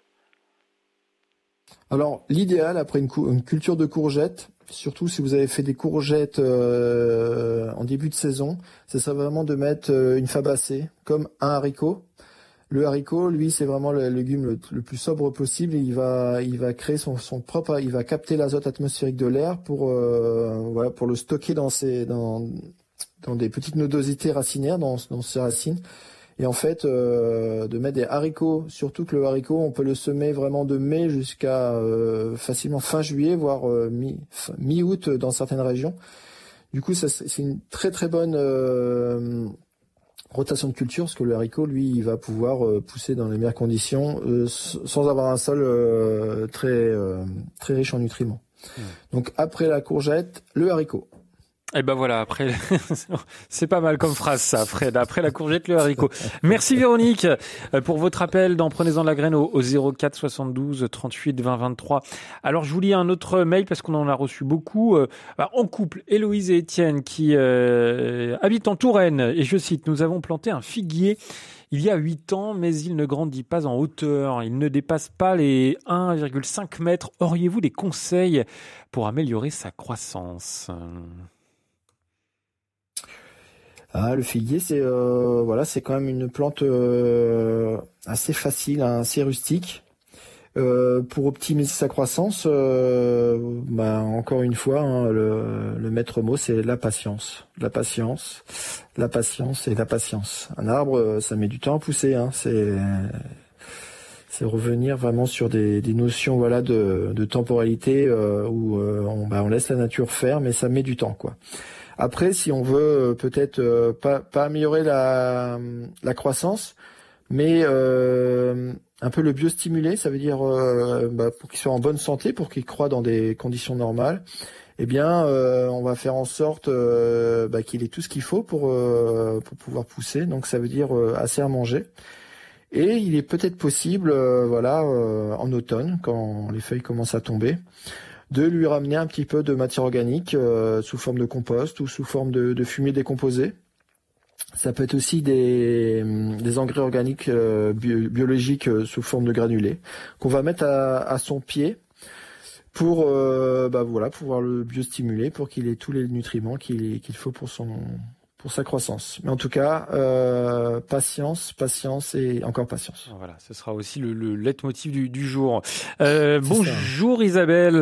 Alors, l'idéal après une, cou- une culture de courgettes, surtout si vous avez fait des courgettes euh, en début de saison, ce serait vraiment de mettre euh, une fabacée, comme un haricot. Le haricot, lui, c'est vraiment le légume le, le plus sobre possible. Il va, il va créer son, son propre, il va capter l'azote atmosphérique de l'air pour, euh, voilà, pour le stocker dans ses, dans, dans des petites nodosités racinaires, dans, dans ses racines. Et en fait, euh, de mettre des haricots, surtout que le haricot, on peut le semer vraiment de mai jusqu'à euh, facilement fin juillet, voire euh, mi, fin- mi-août dans certaines régions. Du coup, ça, c'est c'est une très très bonne euh, rotation de culture, parce que le haricot, lui, il va pouvoir euh, pousser dans les meilleures conditions, euh, s- sans avoir un sol euh, très euh, très riche en nutriments. Mmh. Donc après la courgette, le haricot. Eh ben voilà, après, c'est pas mal comme phrase ça, Fred. Après la courgette, le haricot. Merci Véronique euh, pour votre appel dans Prenez-en de la graine au, au zéro quatre soixante-douze trente-huit vingt vingt-trois. Alors je vous lis un autre mail parce qu'on en a reçu beaucoup. Euh, bah, en couple, Héloïse et Étienne qui euh, habitent en Touraine et je cite, nous avons planté un figuier il y a huit ans, mais il ne grandit pas en hauteur. Il ne dépasse pas les un virgule cinq mètres. Auriez-vous des conseils pour améliorer sa croissance? Ah, le figuier, c'est euh, voilà, c'est quand même une plante euh, assez facile, hein, assez rustique. Euh, pour optimiser sa croissance, euh, bah, encore une fois, hein, le, le maître mot, c'est la patience, la patience, la patience et la patience. Un arbre, ça met du temps à pousser. Hein, c'est c'est revenir vraiment sur des, des notions, voilà, de, de temporalité euh, où euh, on, bah, on laisse la nature faire, mais ça met du temps, quoi. Après, si on veut euh, peut-être euh, pas, pas améliorer la, la croissance, mais euh, un peu le biostimuler, ça veut dire euh, bah, pour qu'il soit en bonne santé, pour qu'il croît dans des conditions normales, eh bien, euh, on va faire en sorte euh, bah, qu'il ait tout ce qu'il faut pour, euh, pour pouvoir pousser. Donc, ça veut dire euh, assez à manger. Et il est peut-être possible, euh, voilà, euh, en automne, quand les feuilles commencent à tomber, de lui ramener un petit peu de matière organique euh, sous forme de compost ou sous forme de, de fumier décomposé. Ça peut être aussi des, des engrais organiques euh, bio, biologiques euh, sous forme de granulés qu'on va mettre à, à son pied pour euh, bah voilà, pouvoir le biostimuler pour qu'il ait tous les nutriments qu'il, qu'il faut pour son pour sa croissance. Mais en tout cas, euh, patience, patience et encore patience. Voilà, ce sera aussi le, le leitmotiv du, du jour. Euh, C'est bonjour ça. Isabelle.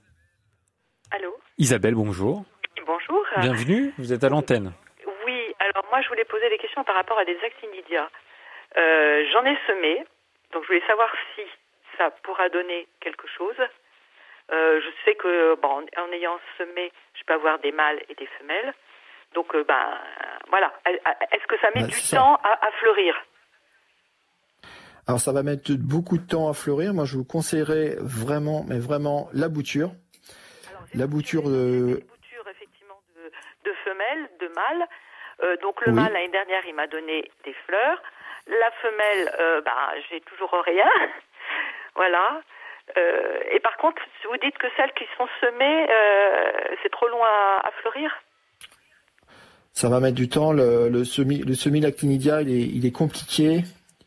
Allô. Isabelle, bonjour. Bonjour. Bienvenue, vous êtes à l'antenne. Oui, alors moi je voulais poser des questions par rapport à des actinidias. Euh, j'en ai semé, donc je voulais savoir si ça pourra donner quelque chose. Euh, je sais que bon, en ayant semé, je peux avoir des mâles et des femelles. Donc, euh, ben, voilà. Est-ce que ça met bah, du ça. temps à, à fleurir? Alors, ça va mettre beaucoup de temps à fleurir. Moi, je vous conseillerais vraiment, mais vraiment, la bouture. Alors, la bouture de... de... Des boutures, effectivement, de, de femelles, de mâles. Euh, donc, le oui. mâle, l'année dernière, il m'a donné des fleurs. La femelle, euh, bah, j'ai toujours rien. Voilà. Euh, et par contre, vous dites que celles qui sont semées, euh, c'est trop long à, à fleurir? Ça va mettre du temps. Le, le semi, le semi-lactinidia, il est, il est compliqué.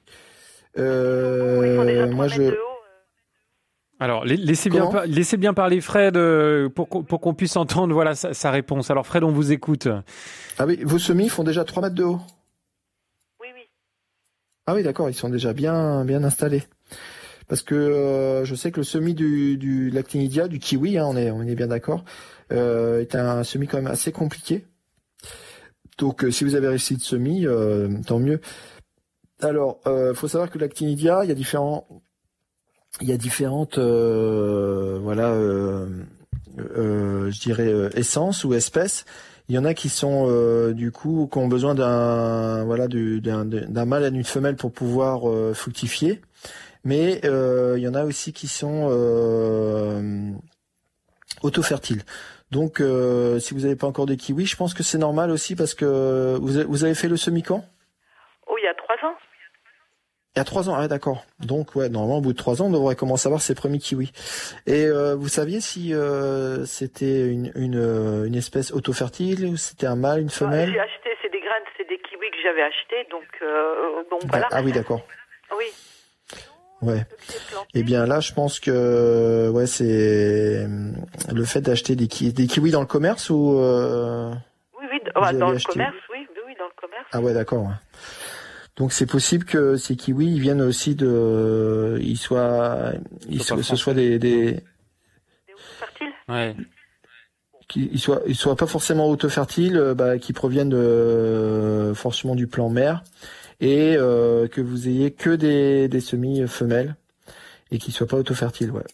Euh, oui, ils font déjà moi, je. De haut. Alors, laissez bien, par, laissez bien parler Fred euh, pour, qu'on, pour qu'on puisse entendre voilà, sa, sa réponse. Alors, Fred, on vous écoute. Ah oui, vos semis font déjà trois mètres de haut. Oui, oui. Ah oui, d'accord, ils sont déjà bien, bien installés. Parce que euh, je sais que le semis du, du lactinidia, du kiwi, hein, on est, on est bien d'accord, euh, est un semis quand même assez compliqué. Donc, euh, si vous avez réussi de semis, euh, tant mieux. Alors, euh, faut savoir que l'actinidia, il y a différents, il y a différentes, euh, voilà, euh, euh, je dirais euh, essences ou espèces. Il y en a qui sont euh, du coup qui ont besoin d'un voilà du, d'un, d'un mâle et d'une femelle pour pouvoir euh, fructifier, mais euh, il y en a aussi qui sont euh, auto-fertiles. Donc euh, si vous n'avez pas encore de kiwis, je pense que c'est normal aussi parce que vous avez, vous avez fait le semis quand ? Oh, il y a trois ans. Il y a trois ans, ah d'accord. Donc ouais, normalement au bout de trois ans, on devrait commencer à avoir ses premiers kiwis. Et euh, vous saviez si euh, c'était une, une une espèce auto-fertile ou c'était un mâle, une femelle ? J'ai acheté, c'est des graines, c'est des kiwis que j'avais achetés, donc euh, donc voilà. Ah, ah oui, d'accord. Oui. Ouais. Eh bien là, je pense que ouais, c'est le fait d'acheter des, ki- des kiwis dans le commerce ou. Euh, oui, oui, ouais, dans le acheté... commerce, oui, oui, oui, dans le commerce. Ah ouais, d'accord. Ouais. Donc c'est possible que ces kiwis ils viennent aussi de, ils soient, ils soient, ce soit des des. Des auto-fertiles. Ouais. Qu'ils soient, ils soient pas forcément auto-fertiles, bah, qui proviennent de forcément du plan mère, et euh, que vous ayez que des des semis femelles et qui soient pas auto-fertiles, ouais.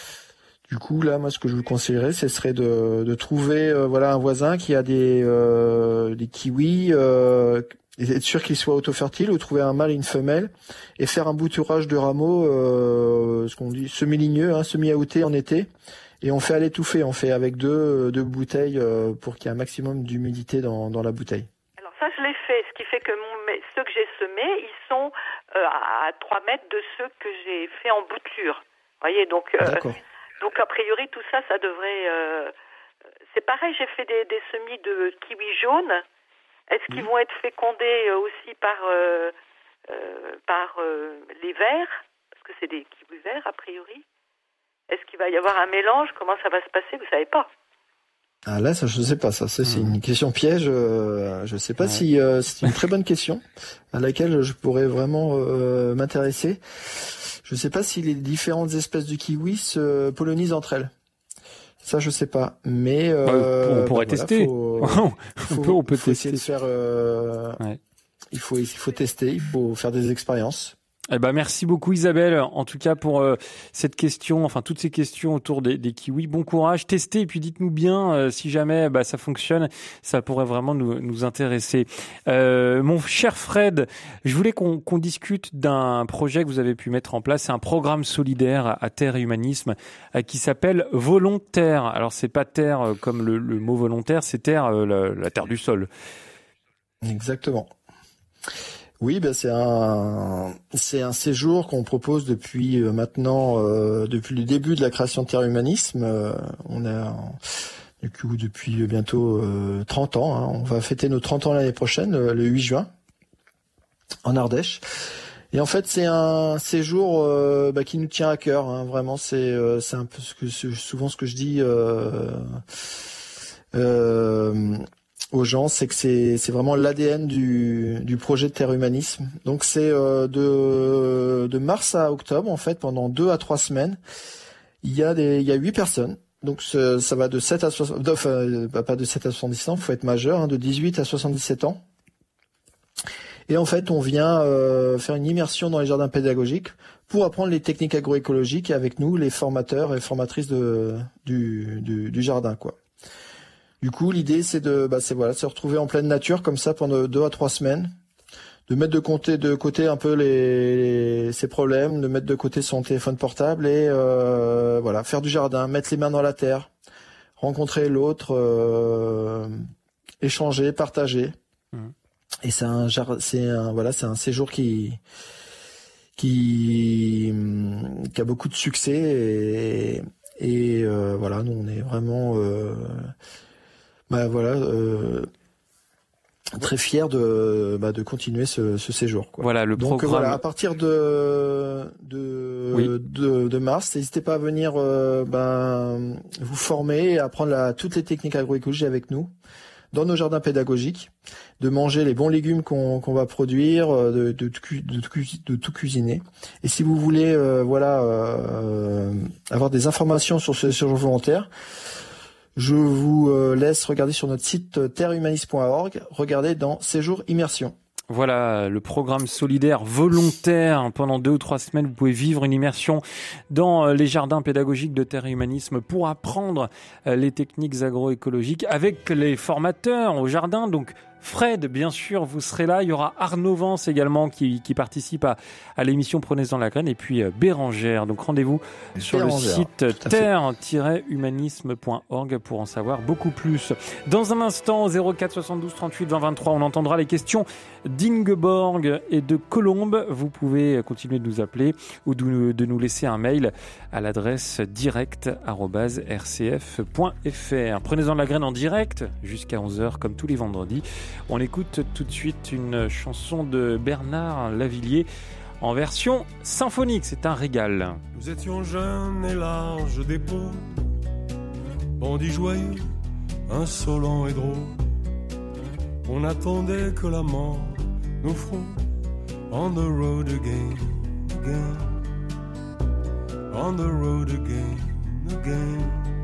Du coup, là, moi, ce que je vous conseillerais, ce serait de de trouver, euh, voilà, un voisin qui a des euh, des kiwis. Euh, Et être sûr qu'il soit auto-fertile, ou trouver un mâle et une femelle, et faire un bouturage de rameaux, euh, ce qu'on dit semi-ligneux, hein, semi-outé en été, et on fait à l'étouffée, on fait avec deux, deux bouteilles euh, pour qu'il y ait un maximum d'humidité dans, dans la bouteille. Alors ça, je l'ai fait, ce qui fait que mon, ceux que j'ai semés, ils sont euh, à trois mètres de ceux que j'ai fait en bouture. Vous voyez, donc, euh, donc a priori, tout ça, ça devrait... Euh, c'est pareil, j'ai fait des, des semis de kiwi jaune. Est-ce qu'ils vont être fécondés aussi par euh, euh, par euh, les verts, parce que c'est des kiwis verts a priori. Est-ce qu'il va y avoir un mélange ? Comment ça va se passer ? Vous savez pas. Ah là, ça je sais pas. Ça, ça c'est une question piège. Euh, je sais pas ouais. si euh, c'est une très bonne question à laquelle je pourrais vraiment euh, m'intéresser. Je sais pas si les différentes espèces de kiwis se pollinisent entre elles. Ça, je sais pas, mais euh, bah, on pourrait bah, tester. Voilà, faut, faut, on peut, on peut faut tester. Essayer de faire. Euh, ouais. Il faut, il faut tester, il faut faire des expériences. Eh ben, merci beaucoup Isabelle, en tout cas pour euh, cette question, enfin toutes ces questions autour des, des kiwis. Bon courage, testez et puis dites-nous bien euh, si jamais bah, ça fonctionne, ça pourrait vraiment nous, nous intéresser. Euh, mon cher Fred, je voulais qu'on, qu'on discute d'un projet que vous avez pu mettre en place, c'est un programme solidaire à Terre et Humanisme euh, qui s'appelle Volontaire. Alors c'est pas terre euh, comme le, le mot volontaire, c'est terre, euh, la, la terre du sol. Exactement. Oui, ben c'est un c'est un séjour qu'on propose depuis euh, maintenant euh, depuis le début de la création de Terre Humanisme. Euh, on a du coup depuis bientôt euh, trente ans. Hein. On va fêter nos trente ans l'année prochaine, le, le huit juin, en Ardèche. Et en fait, c'est un séjour euh, bah, qui nous tient à cœur. Hein. Vraiment, c'est euh, c'est un peu ce que c'est souvent ce que je dis. Euh, euh, aux gens, c'est que c'est c'est vraiment l'A D N du du projet de Terre Humanisme. Donc c'est euh, de de mars à octobre en fait, pendant deux à trois semaines. Il y a des il y a huit personnes. Donc ça, ça va de sept à soixante, enfin pas de sept à soixante-dix ans, faut être majeur, hein, de dix-huit à soixante-dix-sept ans. Et en fait, on vient euh, faire une immersion dans les jardins pédagogiques pour apprendre les techniques agroécologiques avec nous, les formateurs et formatrices de du du, du jardin, quoi. Du coup, l'idée, c'est de, bah, c'est voilà, se retrouver en pleine nature comme ça pendant deux à trois semaines, de mettre de côté, de côté un peu les, les ses problèmes, de mettre de côté son téléphone portable et euh, voilà, faire du jardin, mettre les mains dans la terre, rencontrer l'autre, euh, échanger, partager. Mmh. Et c'est un, c'est un, voilà, c'est un séjour qui, qui, qui a beaucoup de succès et, et euh, voilà, nous on est vraiment euh, Bah voilà, euh, très fier de bah, de continuer ce, ce séjour, quoi. Voilà le Donc programme. voilà, à partir de de oui. de, de mars, n'hésitez pas à venir euh, ben vous former et apprendre la, toutes les techniques agroécologiques avec nous dans nos jardins pédagogiques, de manger les bons légumes qu'on qu'on va produire, de de, de, de, de tout cuisiner. Et si vous voulez euh, voilà euh, avoir des informations sur ce séjour volontaire, je vous laisse regarder sur notre site terre humanisme point org, regardez dans Séjour Immersion. Voilà, le programme solidaire volontaire. Pendant deux ou trois semaines, vous pouvez vivre une immersion dans les jardins pédagogiques de Terre et Humanisme pour apprendre les techniques agroécologiques avec les formateurs au jardin. Donc, Fred, bien sûr, vous serez là. Il y aura Arnaud Vance également qui, qui participe à, à l'émission Prenez-en la graine. Et puis euh, Bérangère. Donc rendez-vous sur Bérangère, le site terre tiret humanisme point org pour en savoir beaucoup plus. Dans un instant, au zéro quatre soixante-douze trente-huit vingt vingt-trois, on entendra les questions d'Ingeborg et de Colombe. Vous pouvez continuer de nous appeler ou de, de nous laisser un mail à l'adresse direct arobase r c f point f r. Prenez-en la graine en direct jusqu'à onze heures comme tous les vendredis. On écoute tout de suite une chanson de Bernard Lavilliers en version symphonique. C'est un régal. Nous étions jeunes et larges d'épaules, bandits joyeux, insolents et drôles. On attendait que la mort nous frôle. On the road again, again. On the road again, again.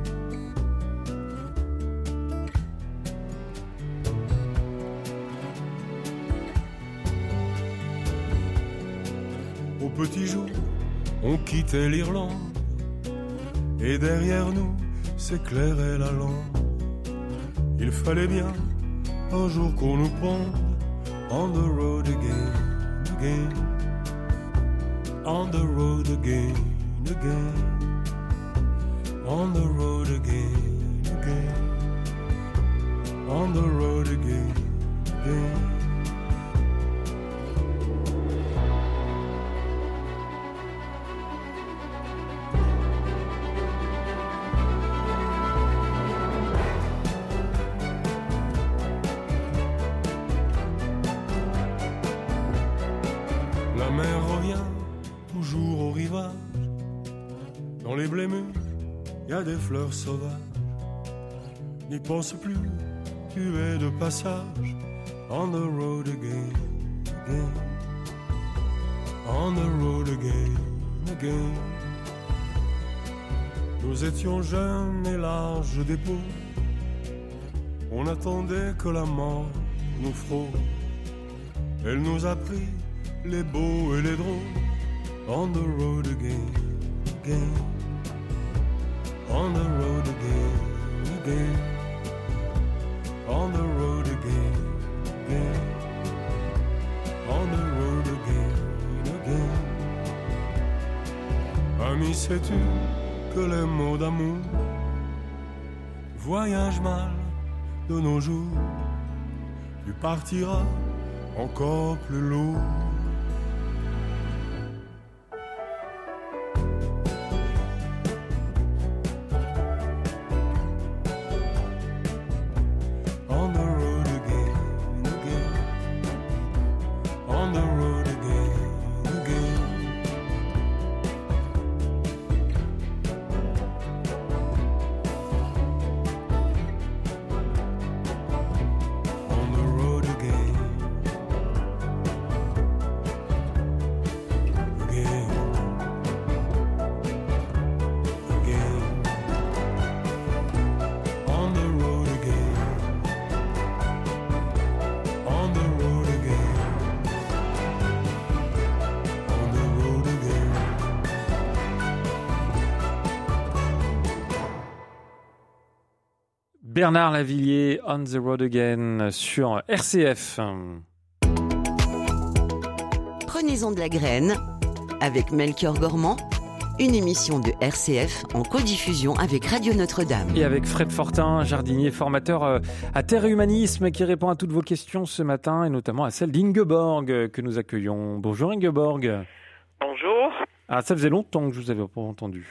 Au petit jour, on quittait l'Irlande, et derrière nous s'éclairait la lampe. Il fallait bien un jour qu'on nous pende. On the road again, again. On the road again, again. On the road again, again. On the road again, again. La mer revient toujours au rivage. Dans les blés mûrs, y a des fleurs sauvages. N'y pense plus, tu es de passage. On the road again, again. On the road again, again. Nous étions jeunes et larges d'épaules. On attendait que la mort nous frôle. Elle nous a pris les beaux et les drôles. On the road again, again. On the road again, again. On the road again, again. On the road again, again. Ami, sais-tu que les mots d'amour voyagent mal de nos jours? Tu partiras encore plus lourd. Bernard Lavilliers, On the Road Again, sur R C F. Prenez-en de la graine avec Melchior Gormand, une émission de R C F en codiffusion avec Radio Notre-Dame. Et avec Fred Fortin, jardinier formateur à Terre et Humanisme, qui répond à toutes vos questions ce matin, et notamment à celle d'Ingeborg que nous accueillons. Bonjour Ingeborg. Bonjour. Ah, ça faisait longtemps que je vous avais pas entendu.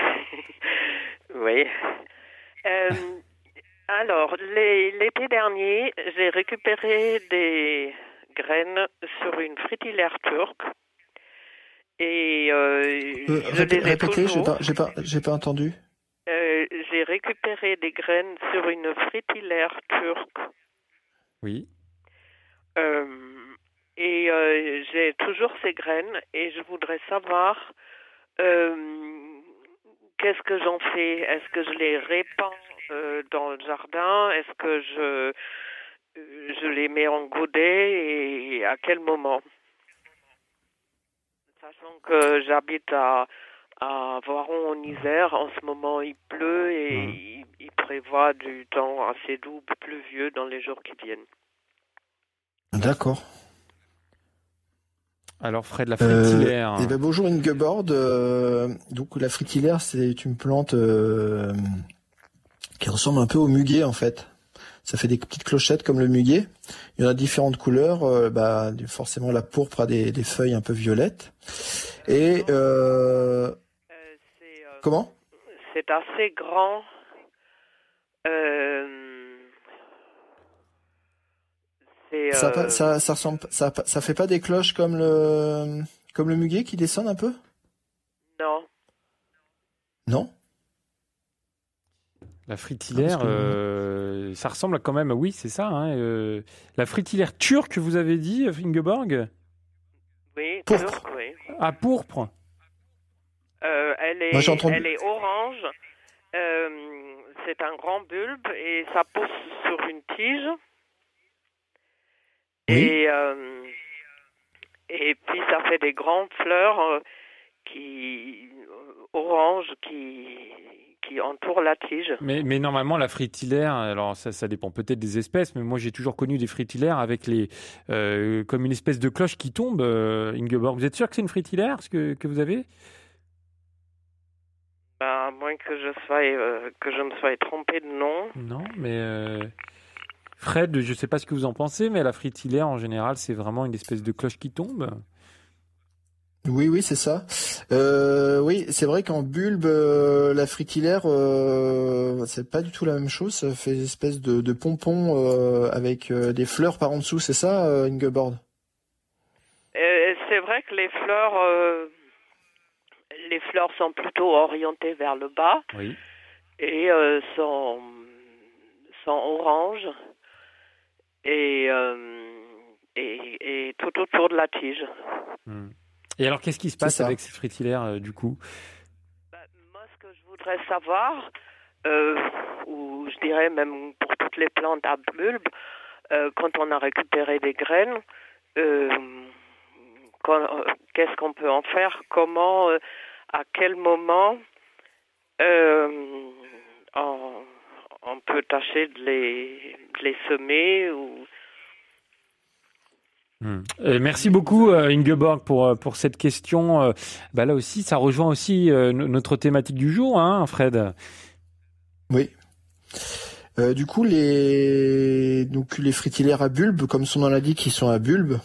Oui. Euh, alors, les, l'été dernier, j'ai récupéré des graines sur une fritillaire turque. Et euh, euh, je répé- les ai répétez, j'ai toujours. pas, j'ai pas, j'ai pas entendu. Euh, j'ai récupéré des graines sur une fritillaire turque. Oui. Euh, et euh, j'ai toujours ces graines et je voudrais savoir euh, qu'est-ce que j'en fais. Est-ce que je les répands euh, dans le jardin? Est-ce que je je les mets en godet et à quel moment? Sachant que j'habite à, à Voiron en Isère, en ce moment il pleut et mmh. il, il prévoit du temps assez doux, pluvieux dans les jours qui viennent. D'accord. Alors Fred, la fritillaire. Euh, eh ben, bonjour Ingeborg. Euh, donc la fritillaire, c'est une plante euh, qui ressemble un peu au muguet en fait. Ça fait des petites clochettes comme le muguet. Il y en a différentes couleurs. Euh, bah, forcément, la pourpre a des, des feuilles un peu violettes. Et euh, euh, c'est, euh, comment? C'est assez grand. Euh, c'est, ça, euh, ça, ça ressemble, ça, ça fait pas des cloches comme le, comme le muguet qui descendent un peu? Non. Non? La fritillaire, ah, que... euh, ça ressemble quand même, oui, c'est ça. Hein, euh, la fritillaire turque, vous avez dit, Ingeborg? Oui, pourpre. Turque, oui. Ah, pourpre. Euh, elle est, Moi, entendu... elle est orange. Euh, c'est un grand bulbe et ça pousse sur une tige. Oui. Et euh, et puis ça fait des grandes fleurs euh, qui orange qui qui entoure la tige. Mais, mais normalement, la fritillaire, alors ça, ça dépend peut-être des espèces, mais moi j'ai toujours connu des fritillaires avec les, euh, comme une espèce de cloche qui tombe. Euh, Ingeborg, vous êtes sûr que c'est une fritillaire ce que, que vous avez? Bah, à moins que je sois, euh, que je me sois trompé de nom. Non, mais euh, Fred, je ne sais pas ce que vous en pensez, mais la fritillaire en général, c'est vraiment une espèce de cloche qui tombe. Oui, oui, c'est ça. Euh, oui, c'est vrai qu'en bulbe, euh, la fritillaire, euh, c'est pas du tout la même chose. Ça fait une espèce de, de pompon euh, avec euh, des fleurs par en dessous, c'est ça, euh, Ingeborg? euh, C'est vrai que les fleurs, euh, les fleurs sont plutôt orientées vers le bas. Oui. Et euh, sont, sont oranges et, euh, et, et tout autour de la tige. Hmm. Et alors, qu'est-ce qui se passe avec ces fritillaires, euh, du coup? bah, Moi, ce que je voudrais savoir, euh, ou je dirais même pour toutes les plantes à bulbes, euh, quand on a récupéré des graines, euh, quand, euh, qu'est-ce qu'on peut en faire? Comment, euh, à quel moment euh, on, on peut tâcher de les, de les semer ou... Mmh. Euh, merci beaucoup euh, Ingeborg pour pour cette question. Euh, bah là aussi, ça rejoint aussi euh, notre thématique du jour, hein, Fred. Oui. Euh, du coup, les donc les fritillaires à bulbes, comme son nom l'indique, qui sont à bulbes,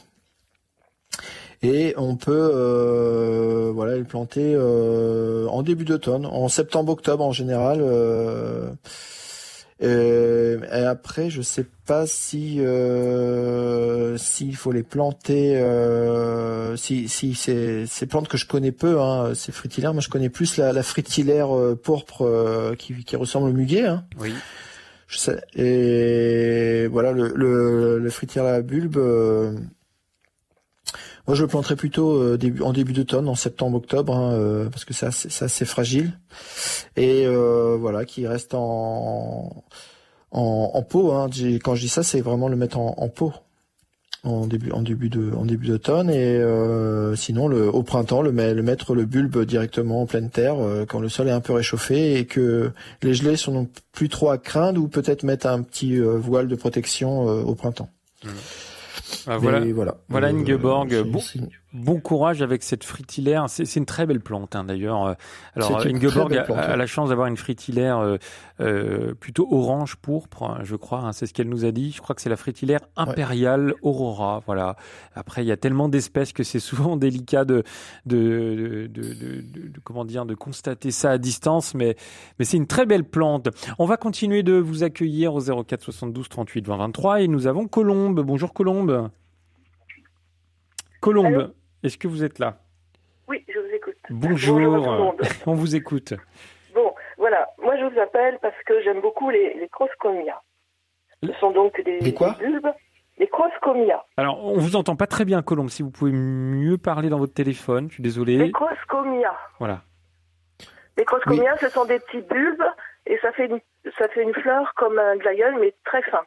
et on peut euh, voilà les planter euh, en début d'automne, en septembre-octobre en général. Euh, Euh, et après, je sais pas si euh, s'il faut les planter. Euh, si si c'est ces plantes que je connais peu, hein, ces fritillaires. Moi, je connais plus la, la fritillaire euh, pourpre euh, qui, qui ressemble au muguet. Hein. Oui. Je sais. Et voilà le le, le fritillaire à bulbe. Euh, moi, je le planterais plutôt euh, début, en début d'automne, en septembre-octobre, hein, euh, parce que c'est assez, c'est assez fragile. Et euh, voilà, qui reste en, en, en pot. Hein. Quand je dis ça, c'est vraiment le mettre en, en pot en début, en début de, en début d'automne. Et euh, sinon, le, au printemps, le, le mettre le bulbe directement en pleine terre euh, quand le sol est un peu réchauffé et que les gelées sont donc plus trop à craindre, ou peut-être mettre un petit euh, voile de protection euh, au printemps. Mmh. Ah, voilà, voilà, voilà euh, Ingeborg, bon, bon courage avec cette fritillaire. C'est, c'est une très belle plante, hein, d'ailleurs. Alors Ingeborg a, a la chance d'avoir une fritillaire euh, euh, plutôt orange pourpre, je crois. Hein, c'est ce qu'elle nous a dit. Je crois que c'est la fritillaire impériale ouais. Aurora. Voilà. Après, il y a tellement d'espèces que c'est souvent délicat de, de, de, de, de, de, de comment dire, de constater ça à distance. Mais, mais c'est une très belle plante. On va continuer de vous accueillir au zéro quatre soixante-douze trente-huit vingt vingt-trois et nous avons Colombe. Bonjour Colombe. Colombe, allô, est-ce que vous êtes là? Oui, je vous écoute. Bonjour, Bonjour on vous écoute. Bon, voilà, moi je vous appelle parce que j'aime beaucoup les, les Croscomia. Ce sont donc des, des, quoi des bulbes, les Croscomia. Alors, on vous entend pas très bien, Colombe, si vous pouvez mieux parler dans votre téléphone, je suis désolé. Les Croscomia. Voilà. Les Croscomia, oui. Ce sont des petits bulbes et ça fait, une, ça fait une fleur comme un glaïeul, mais très fin.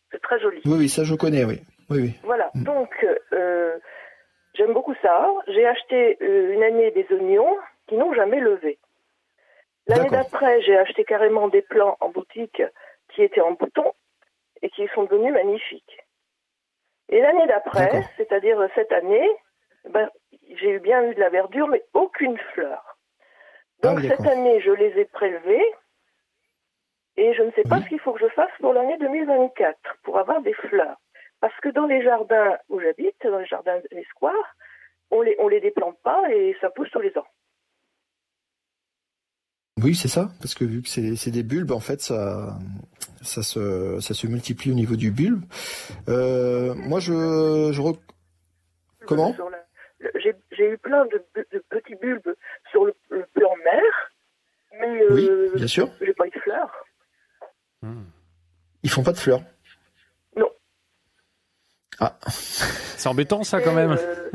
C'est très joli. Oui, oui, ça je connais, oui. oui, oui. Voilà, mm. donc euh, j'aime beaucoup ça. J'ai acheté euh, une année des oignons qui n'ont jamais levé. L'année D'accord. d'après, j'ai acheté carrément des plants en boutique qui étaient en bouton et qui sont devenus magnifiques. Et l'année d'après, D'accord. c'est-à-dire cette année, ben, j'ai eu bien eu de la verdure, mais aucune fleur. Donc ah oui, cette année, je les ai prélevés et je ne sais pas oui. ce qu'il faut que je fasse pour l'année deux mille vingt-quatre pour avoir des fleurs. Parce que dans les jardins où j'habite, dans les jardins des squares, on les, on les déplante pas et ça pousse tous les ans. Oui, c'est ça, parce que vu que c'est, c'est des bulbes, en fait, ça, ça se, ça se multiplie au niveau du bulbe. Euh, moi, je, je, rec... comment la, le, j'ai, j'ai eu plein de, de petits bulbes sur le, le plan mer, mais euh, oui, bien sûr. J'ai pas eu de fleurs. Hmm. Ils font pas de fleurs. Non. Ah, c'est embêtant ça quand même. Euh...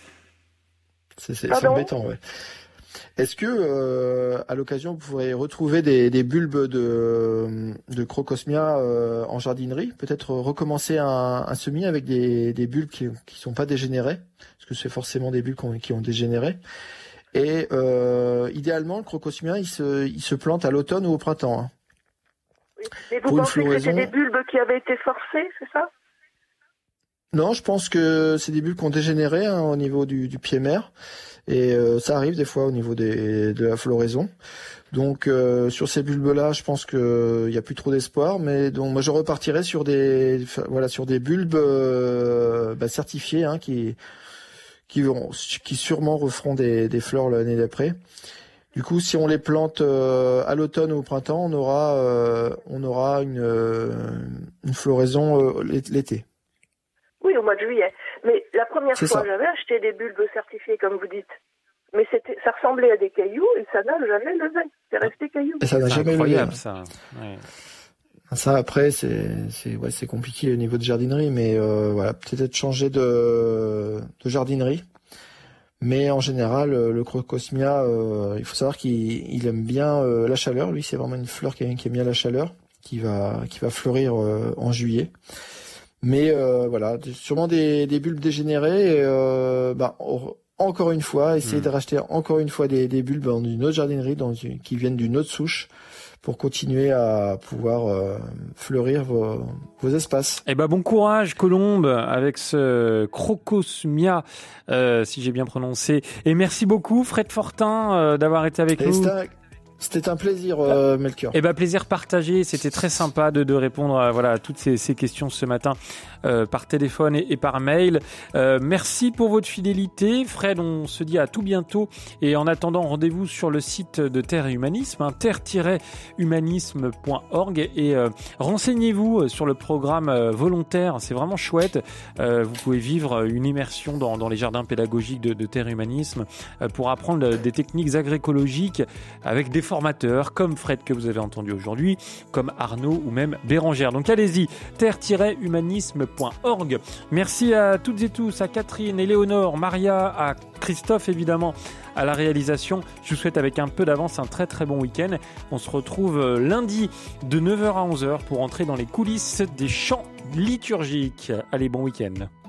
c'est, c'est, c'est embêtant, ouais. Est-ce que, euh, à l'occasion, vous pourrez retrouver des, des bulbes de, de Crocosmia euh, en jardinerie? Peut-être recommencer un, un semis avec des, des bulbes qui qui sont pas dégénérés, parce que c'est forcément des bulbes qui ont, qui ont dégénéré. Et euh, idéalement, le Crocosmia, il se, il se plante à l'automne ou au printemps. Hein. Oui. Et vous pensez que c'était des bulbes qui avaient été forcés, c'est ça? Non, je pense que c'est des bulbes qui ont dégénéré hein, au niveau du, du pied mère. Et euh, ça arrive des fois au niveau des, de la floraison. Donc euh, sur ces bulbes-là, je pense que il y a plus trop d'espoir. Mais donc moi je repartirai sur des voilà sur des bulbes euh, bah, certifiés hein, qui qui vont qui sûrement referont des, des fleurs l'année d'après. Du coup, si on les plante euh, à l'automne ou au printemps, on aura euh, on aura une euh, une floraison euh, l'été. Oui, au mois de juillet. Mais la première c'est fois, ça. j'avais acheté des bulbes certifiés, comme vous dites. Mais c'était, ça ressemblait à des cailloux et ça n'a jamais levé. C'est resté cailloux. Et ça n'a c'est jamais incroyable, levé. ça. Ouais. Ça, après, c'est, c'est, ouais, c'est compliqué au niveau de jardinerie, mais euh, voilà, peut-être changer de, de jardinerie. Mais en général, le Crocosmia, euh, il faut savoir qu'il il aime bien euh, la chaleur. Lui, c'est vraiment une fleur qui, qui aime bien la chaleur, qui va, qui va fleurir euh, en juillet. Mais euh, voilà, sûrement des, des bulbes dégénérés. Et, euh, bah, encore une fois, essayer mmh. de racheter encore une fois des, des bulbes dans une autre jardinerie, dans une, qui viennent d'une autre souche, pour continuer à pouvoir euh, fleurir vos, vos espaces. Eh ben bon courage Colombe avec ce Crocosmia, euh, si j'ai bien prononcé. Et merci beaucoup Fred Fortin euh, d'avoir été avec Et nous. C'était... C'était un plaisir, euh, Melchior. Eh ben plaisir partagé. C'était très sympa de, de répondre à, voilà, à toutes ces, ces questions ce matin euh, par téléphone et, et par mail. Euh, merci pour votre fidélité, Fred. On se dit à tout bientôt. Et en attendant, rendez-vous sur le site de Terre et Humanisme, hein, terre tiret humanisme point org, et euh, renseignez-vous sur le programme euh, volontaire. C'est vraiment chouette. Euh, vous pouvez vivre une immersion dans, dans les jardins pédagogiques de, de Terre et Humanisme euh, pour apprendre des techniques agroécologiques avec des formateurs comme Fred que vous avez entendu aujourd'hui, comme Arnaud ou même Bérangère. Donc allez-y, terre tiret humanisme point org. Merci à toutes et tous, à Catherine, Éléonore, Maria, à Christophe évidemment à la réalisation. Je vous souhaite avec un peu d'avance un très très bon week-end. On se retrouve lundi de neuf heures à onze heures pour entrer dans les coulisses des chants liturgiques. Allez, bon week-end.